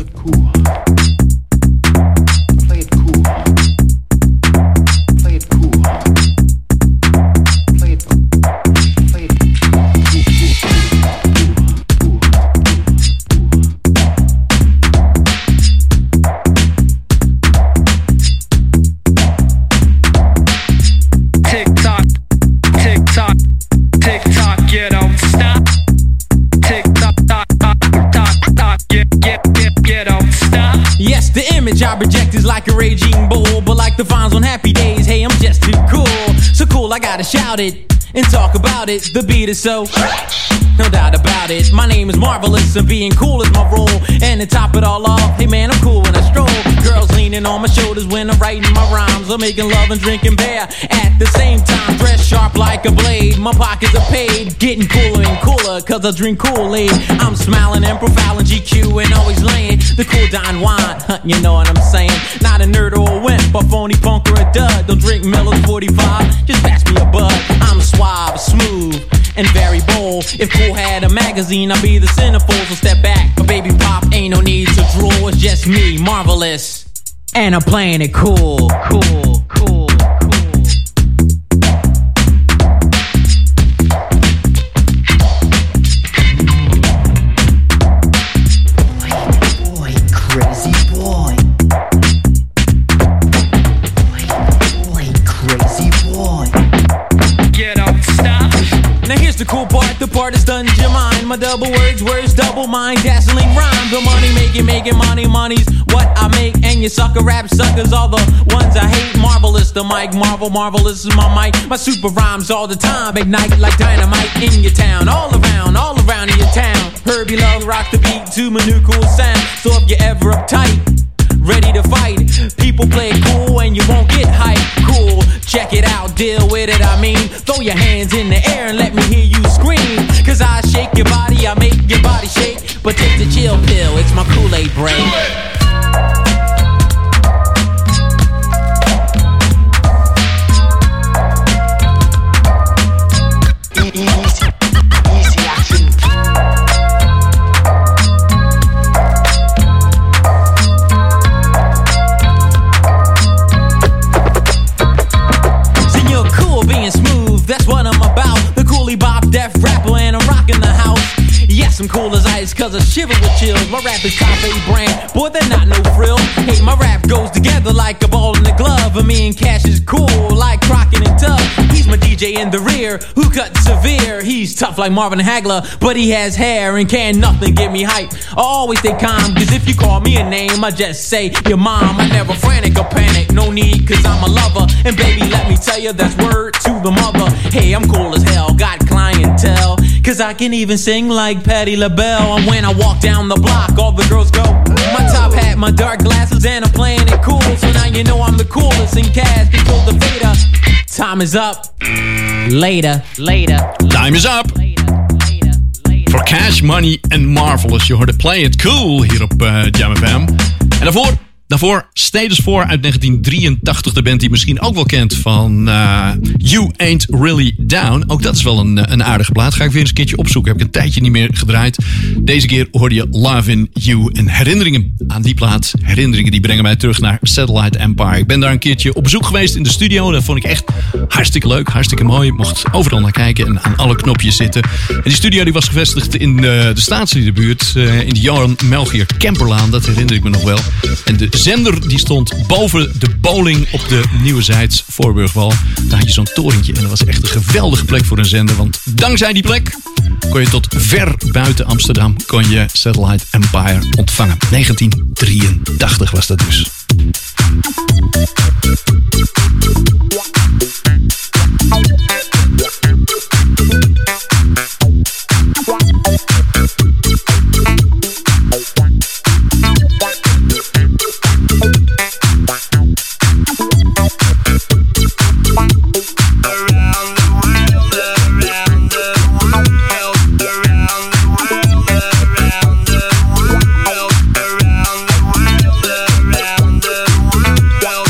I reject is like a raging bull, but like the vines on happy days, hey, I'm just too cool. So cool, I gotta shout it and talk about it. The beat is so, no doubt about it. My name is Marvelous and being cool is my role. And to top it all off, hey man, I'm cool when I stroll. Girls leaning on my shoulders when I'm writing my rhymes. I'm making love and drinking beer at the same time. Dress sharp like a blade, my pockets are paid. Getting cooler and cooler, cause I drink Kool-Aid. I'm smiling and profiling G Q and always laying the cool Don wine, you know what I'm saying. Not a nerd or a wimp, a phony punk or a dud. Don't drink Miller's forty-five, just pass me a bud. I'm suave, smooth, and very bold. If Cool had a magazine, I'd be the centerfold. So step back, but baby pop, ain't no need to drool. It's just me, Marvelous, and I'm playing it cool, cool, cool. The cool part, the part that's done your mind. My double words, words, double mind, dazzling rhyme. The money making, making money, money's what I make. And you sucker rap suckers, all the ones I hate. Marvelous, the mic, Marvel, Marvelous is my mic. My super rhymes all the time, ignite like dynamite in your town. All around, all around in your town. Herbie Love, rock the beat to my new cool sound. So if you're ever uptight, ready to fight, people play it cool and you won't get hype. Cool, check it out, deal with it, I mean. Throw your hands in the air and let me hear you scream. Cause I shake your body, I make your body shake. But take the chill pill, it's my Kool-Aid break. That's what I'm about. The Coolie Bop, Def rapper, and I'm rocking the house. Yes, I'm cool as ice, cause I shiver with chills. My rap is top eight brand, boy, they're not no frill. Hey, my rap goes together like a ball in the glove. And me and Cash is cool, like Crockett and Tubb. He's my D J in the rear, who cut severe. He's tough like Marvin Hagler, but he has hair and can't nothing get me hype. I always stay calm, cause if you call me a name, I just say your mom. I never frantic or panic, no need, cause I'm a lover. And baby, let me tell you, that's word to the mother. Hey, I'm cool as hell, got clientele, cause I can even sing like Patti LaBelle. And when I walk down the block, all the girls go. My top hat, my dark glasses, and I'm playing it cool. So now you know I'm the coolest in Cash control the Vader. Time is up. Later, later. Time is up. For Cash Money en Marvelous. Je hoorde Play It Cool hier op uh, Jam F M. En daarvoor... Daarvoor Status four uit negentien drieëntachtig, de band die je misschien ook wel kent van uh, You Ain't Really Down. Ook dat is wel een, een aardige plaat. Ga ik weer eens een keertje opzoeken. Heb ik een tijdje niet meer gedraaid. Deze keer hoorde je Love in You. En herinneringen aan die plaat. Herinneringen die brengen mij terug naar Satellite Empire. Ik ben daar een keertje op bezoek geweest in de studio. Dat vond ik echt hartstikke leuk, hartstikke mooi. Mocht overal naar kijken en aan alle knopjes zitten. En die studio die was gevestigd in de, de Staatsliedenbuurt. Uh, in de Johan Melchior Kemperlaan. Dat herinner ik me nog wel. En de zender die stond boven de bowling op de Nieuwezijds Voorburgwal. Daar had je zo'n torentje en dat was echt een geweldige plek voor een zender. Want dankzij die plek kon je tot ver buiten Amsterdam kon je Satellite Empire ontvangen. negentien drieëntachtig was dat dus. Around the world, around the world.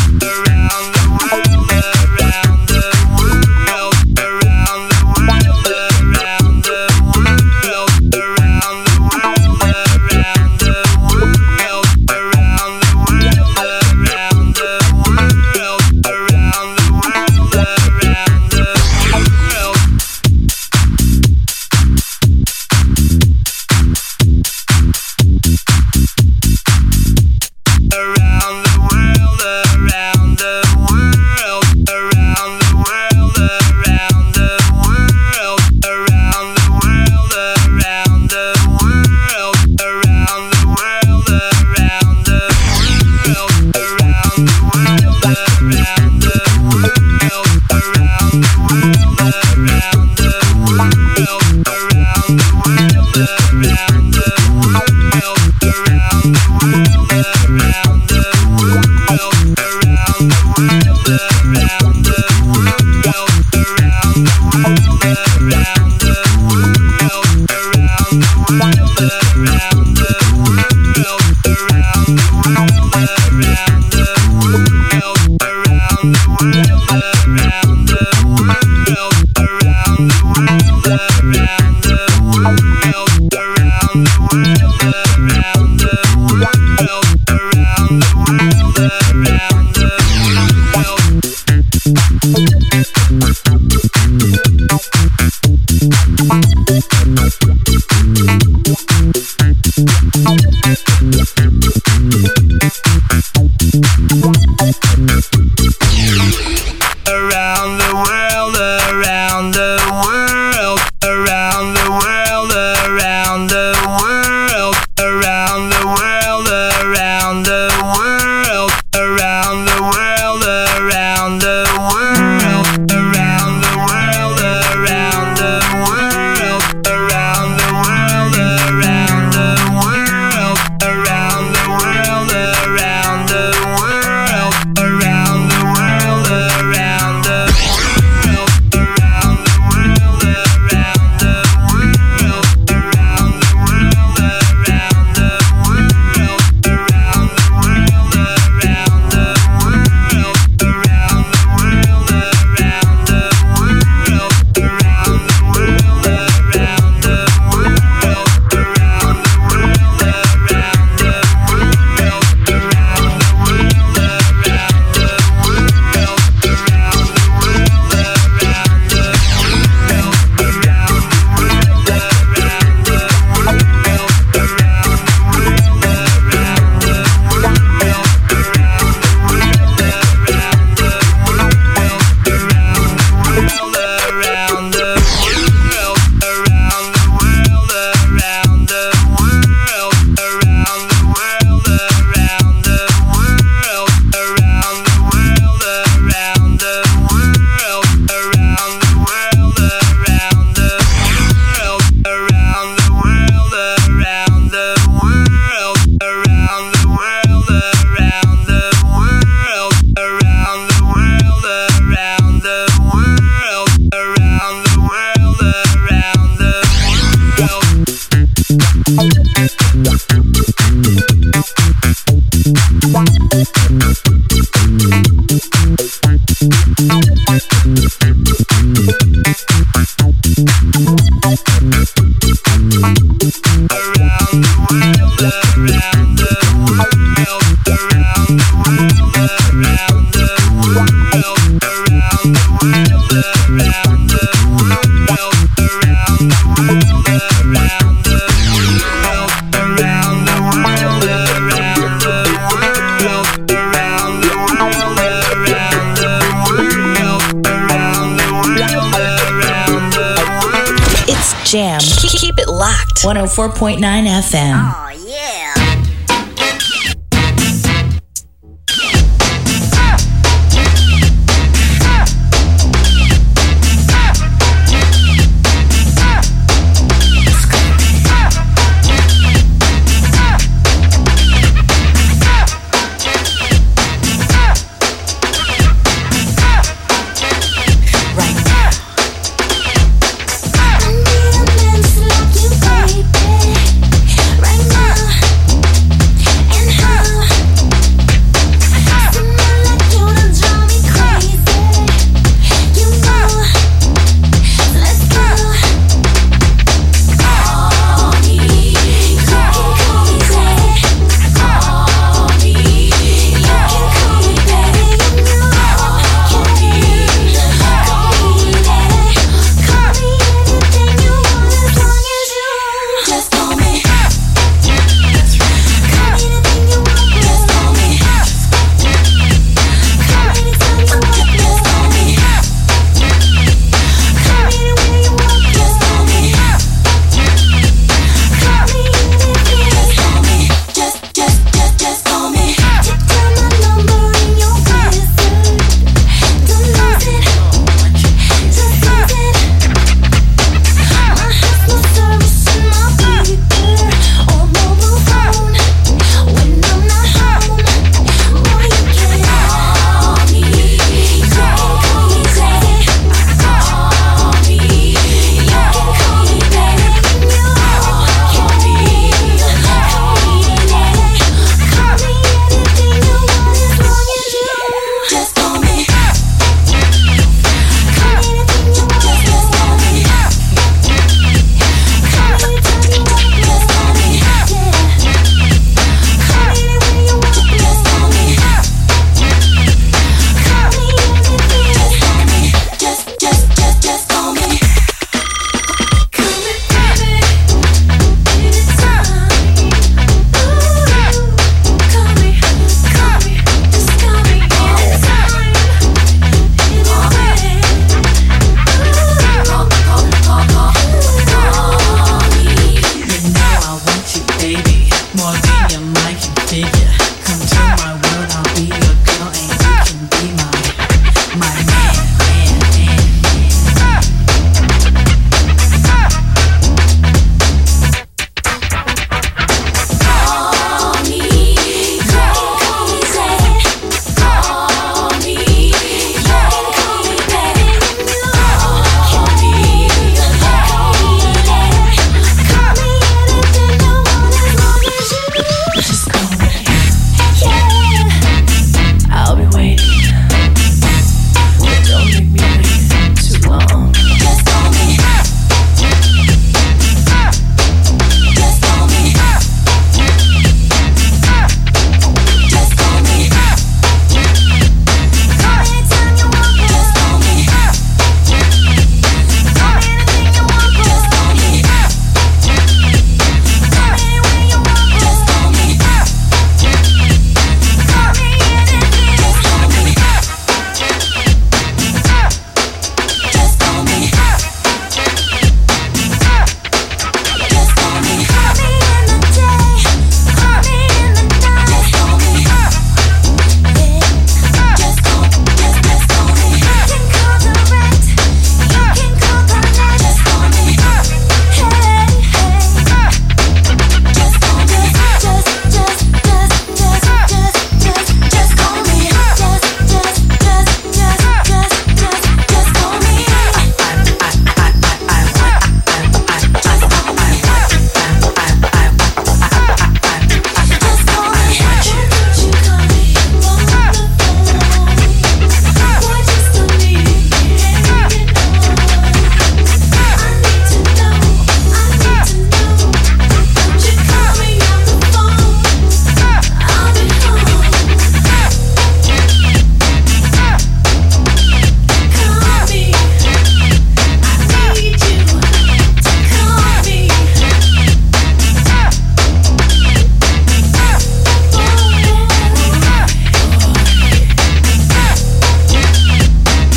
locked. one oh four point nine F M. Oh, yeah.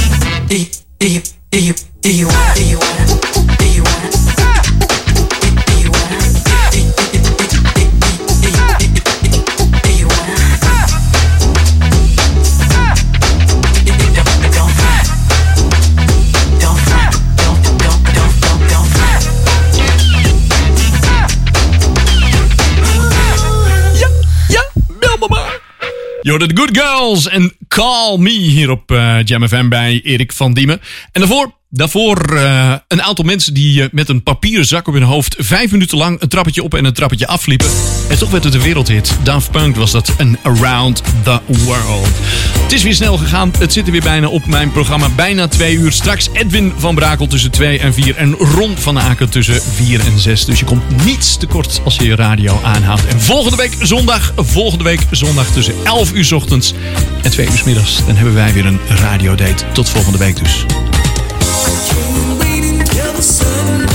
Do you, do you, do you wanna, do you wanna, do you wanna, do You're the Good Girls en Call Me hier op uh, Jam F M bij Erik van Diemen. En daarvoor, daarvoor uh, een aantal mensen die uh, met een papieren zak op hun hoofd vijf minuten lang een trappetje op en een trappetje afliepen. En toch werd het een wereldhit. Daft Punk was dat, een Around the World. Het is weer snel gegaan. Het zit er weer bijna op mijn programma. Bijna twee uur. Straks Edwin van Brakel tussen twee en vier. En Ron van Aken tussen vier en zes. Dus je komt niets tekort als je je radio aanhoudt. En volgende week zondag, volgende week zondag tussen elf uur 's ochtends en twee uur 's middags. Dan hebben wij weer een radiodate. Tot volgende week dus. Waiting till the sun